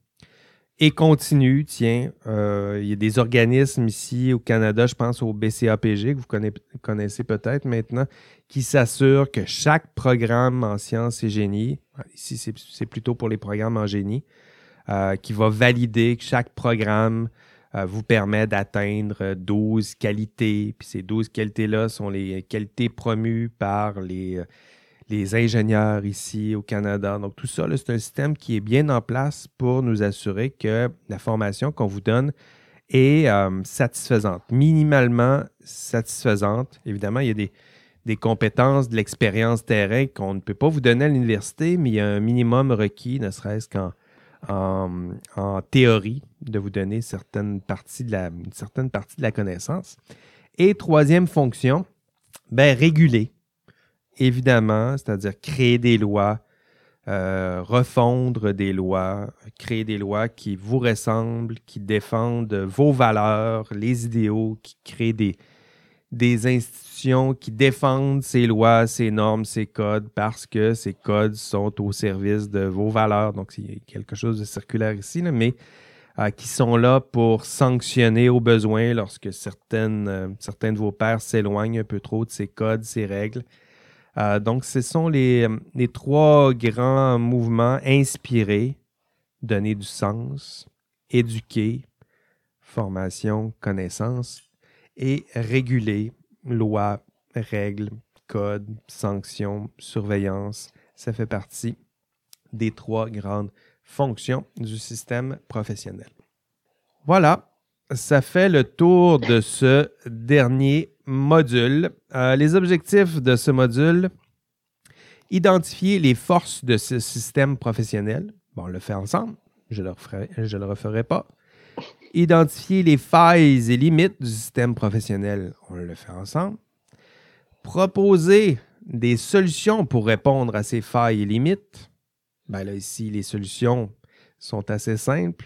et continue. Tiens, euh, il y a des organismes ici au Canada, je pense au B C A P G, que vous connaissez, connaissez peut-être maintenant, qui s'assurent que chaque programme en sciences et génie, ici c'est, c'est plutôt pour les programmes en génie, euh, qui va valider que chaque programme Euh, vous permet d'atteindre douze qualités. Puis ces douze qualités-là sont les qualités promues par les, les ingénieurs ici au Canada. Donc tout ça, là, c'est un système qui est bien en place pour nous assurer que la formation qu'on vous donne est euh, satisfaisante, minimalement satisfaisante. Évidemment, il y a des, des compétences, de l'expérience terrain qu'on ne peut pas vous donner à l'université, mais il y a un minimum requis, ne serait-ce qu'en En, en théorie, de vous donner certaines parties de la, une certaine partie de la connaissance. Et troisième fonction, ben, réguler, évidemment, c'est-à-dire créer des lois, euh, refondre des lois, créer des lois qui vous ressemblent, qui défendent vos valeurs, les idéaux, qui créent des, des institutions qui défendent ces lois, ces normes, ces codes, parce que ces codes sont au service de vos valeurs. Donc, il y a quelque chose de circulaire ici, là, mais euh, qui sont là pour sanctionner au besoin lorsque certaines, euh, certains de vos pairs s'éloignent un peu trop de ces codes, ces règles. Euh, donc, ce sont les, les trois grands mouvements inspirés, donner du sens, éduquer, formation, connaissance, et réguler, loi, règles, codes, sanctions, surveillance. Ça fait partie des trois grandes fonctions du système professionnel. Voilà, ça fait le tour de ce dernier module. Euh, les objectifs de ce module, identifier les forces de ce système professionnel. Bon, on le fait ensemble, je ne le referai, je le referai pas. Identifier les failles et limites du système professionnel, on le fait ensemble. Proposer des solutions pour répondre à ces failles et limites. Ben là, ici, les solutions sont assez simples.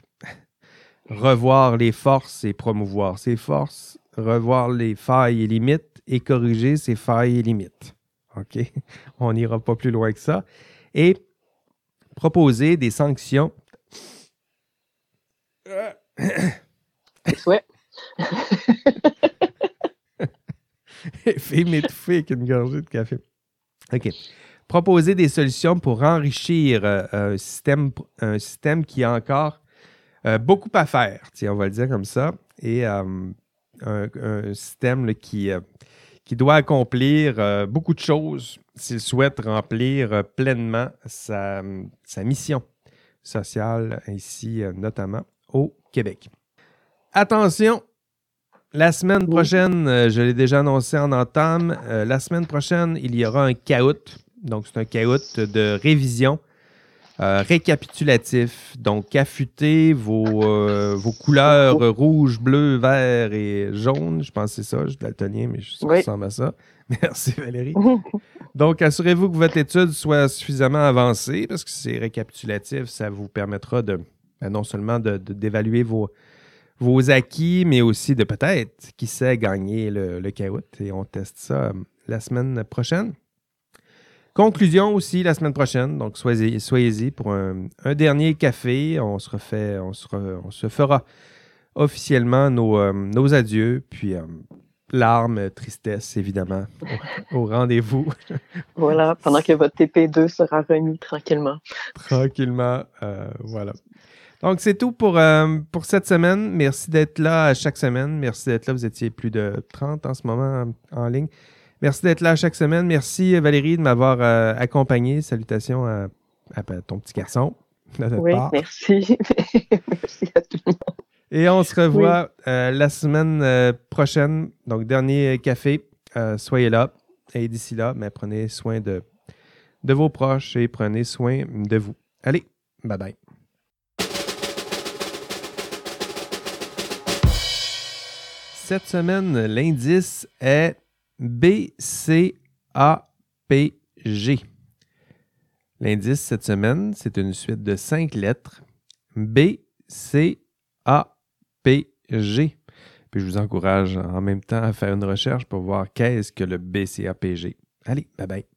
Revoir les forces et promouvoir ces forces. Revoir les failles et limites et corriger ces failles et limites. OK? On n'ira pas plus loin que ça. Et proposer des sanctions. Ouais. Fille m'étouffer avec une gorgée de café. OK. Proposer des solutions pour enrichir euh, un, système, un système qui a encore euh, beaucoup à faire, tiens, on va le dire comme ça, et euh, un, un système là, qui, euh, qui doit accomplir euh, beaucoup de choses s'il souhaite remplir euh, pleinement sa, sa mission sociale, ici euh, notamment au Québec. Attention, la semaine prochaine, euh, je l'ai déjà annoncé en entame, euh, la semaine prochaine, il y aura un caout. Donc, c'est un caout de révision euh, récapitulatif. Donc, affûtez vos, euh, vos couleurs rouge, bleu, vert et jaune. Je pense que c'est ça. Je suis daltonien, mais je Oui. ressemble à ça. Merci, Valérie. Donc, assurez-vous que votre étude soit suffisamment avancée parce que c'est récapitulatif. Ça vous permettra de ben, non seulement de, de, d'évaluer vos, vos acquis, mais aussi de peut-être, qui sait, gagner le, le caout. Et on teste ça la semaine prochaine. Conclusion aussi la semaine prochaine, donc soyez, soyez-y pour un, un dernier café. On se refait, on se, re, on se fera officiellement nos, euh, nos adieux, puis euh, larmes, tristesse, évidemment, au, au rendez-vous. Voilà, pendant que votre T P deux sera remis tranquillement. Tranquillement, euh, voilà. Donc, c'est tout pour, euh, pour cette semaine. Merci d'être là chaque semaine. Merci d'être là. Vous étiez plus de trente en ce moment en, en ligne. Merci d'être là chaque semaine. Merci Valérie de m'avoir euh, accompagné. Salutations à, à ton petit garçon. Oui, part. merci. Merci à tout le monde. Et on se revoit oui. euh, la semaine euh, prochaine. Donc, dernier café. Euh, soyez là. Et d'ici là, mais prenez soin de, de vos proches et prenez soin de vous. Allez, bye bye. Cette semaine, l'indice est B C A P G. L'indice cette semaine, c'est une suite de cinq lettres. B C A P G. Puis je vous encourage en même temps à faire une recherche pour voir qu'est-ce que le B C A P G. Allez, bye bye.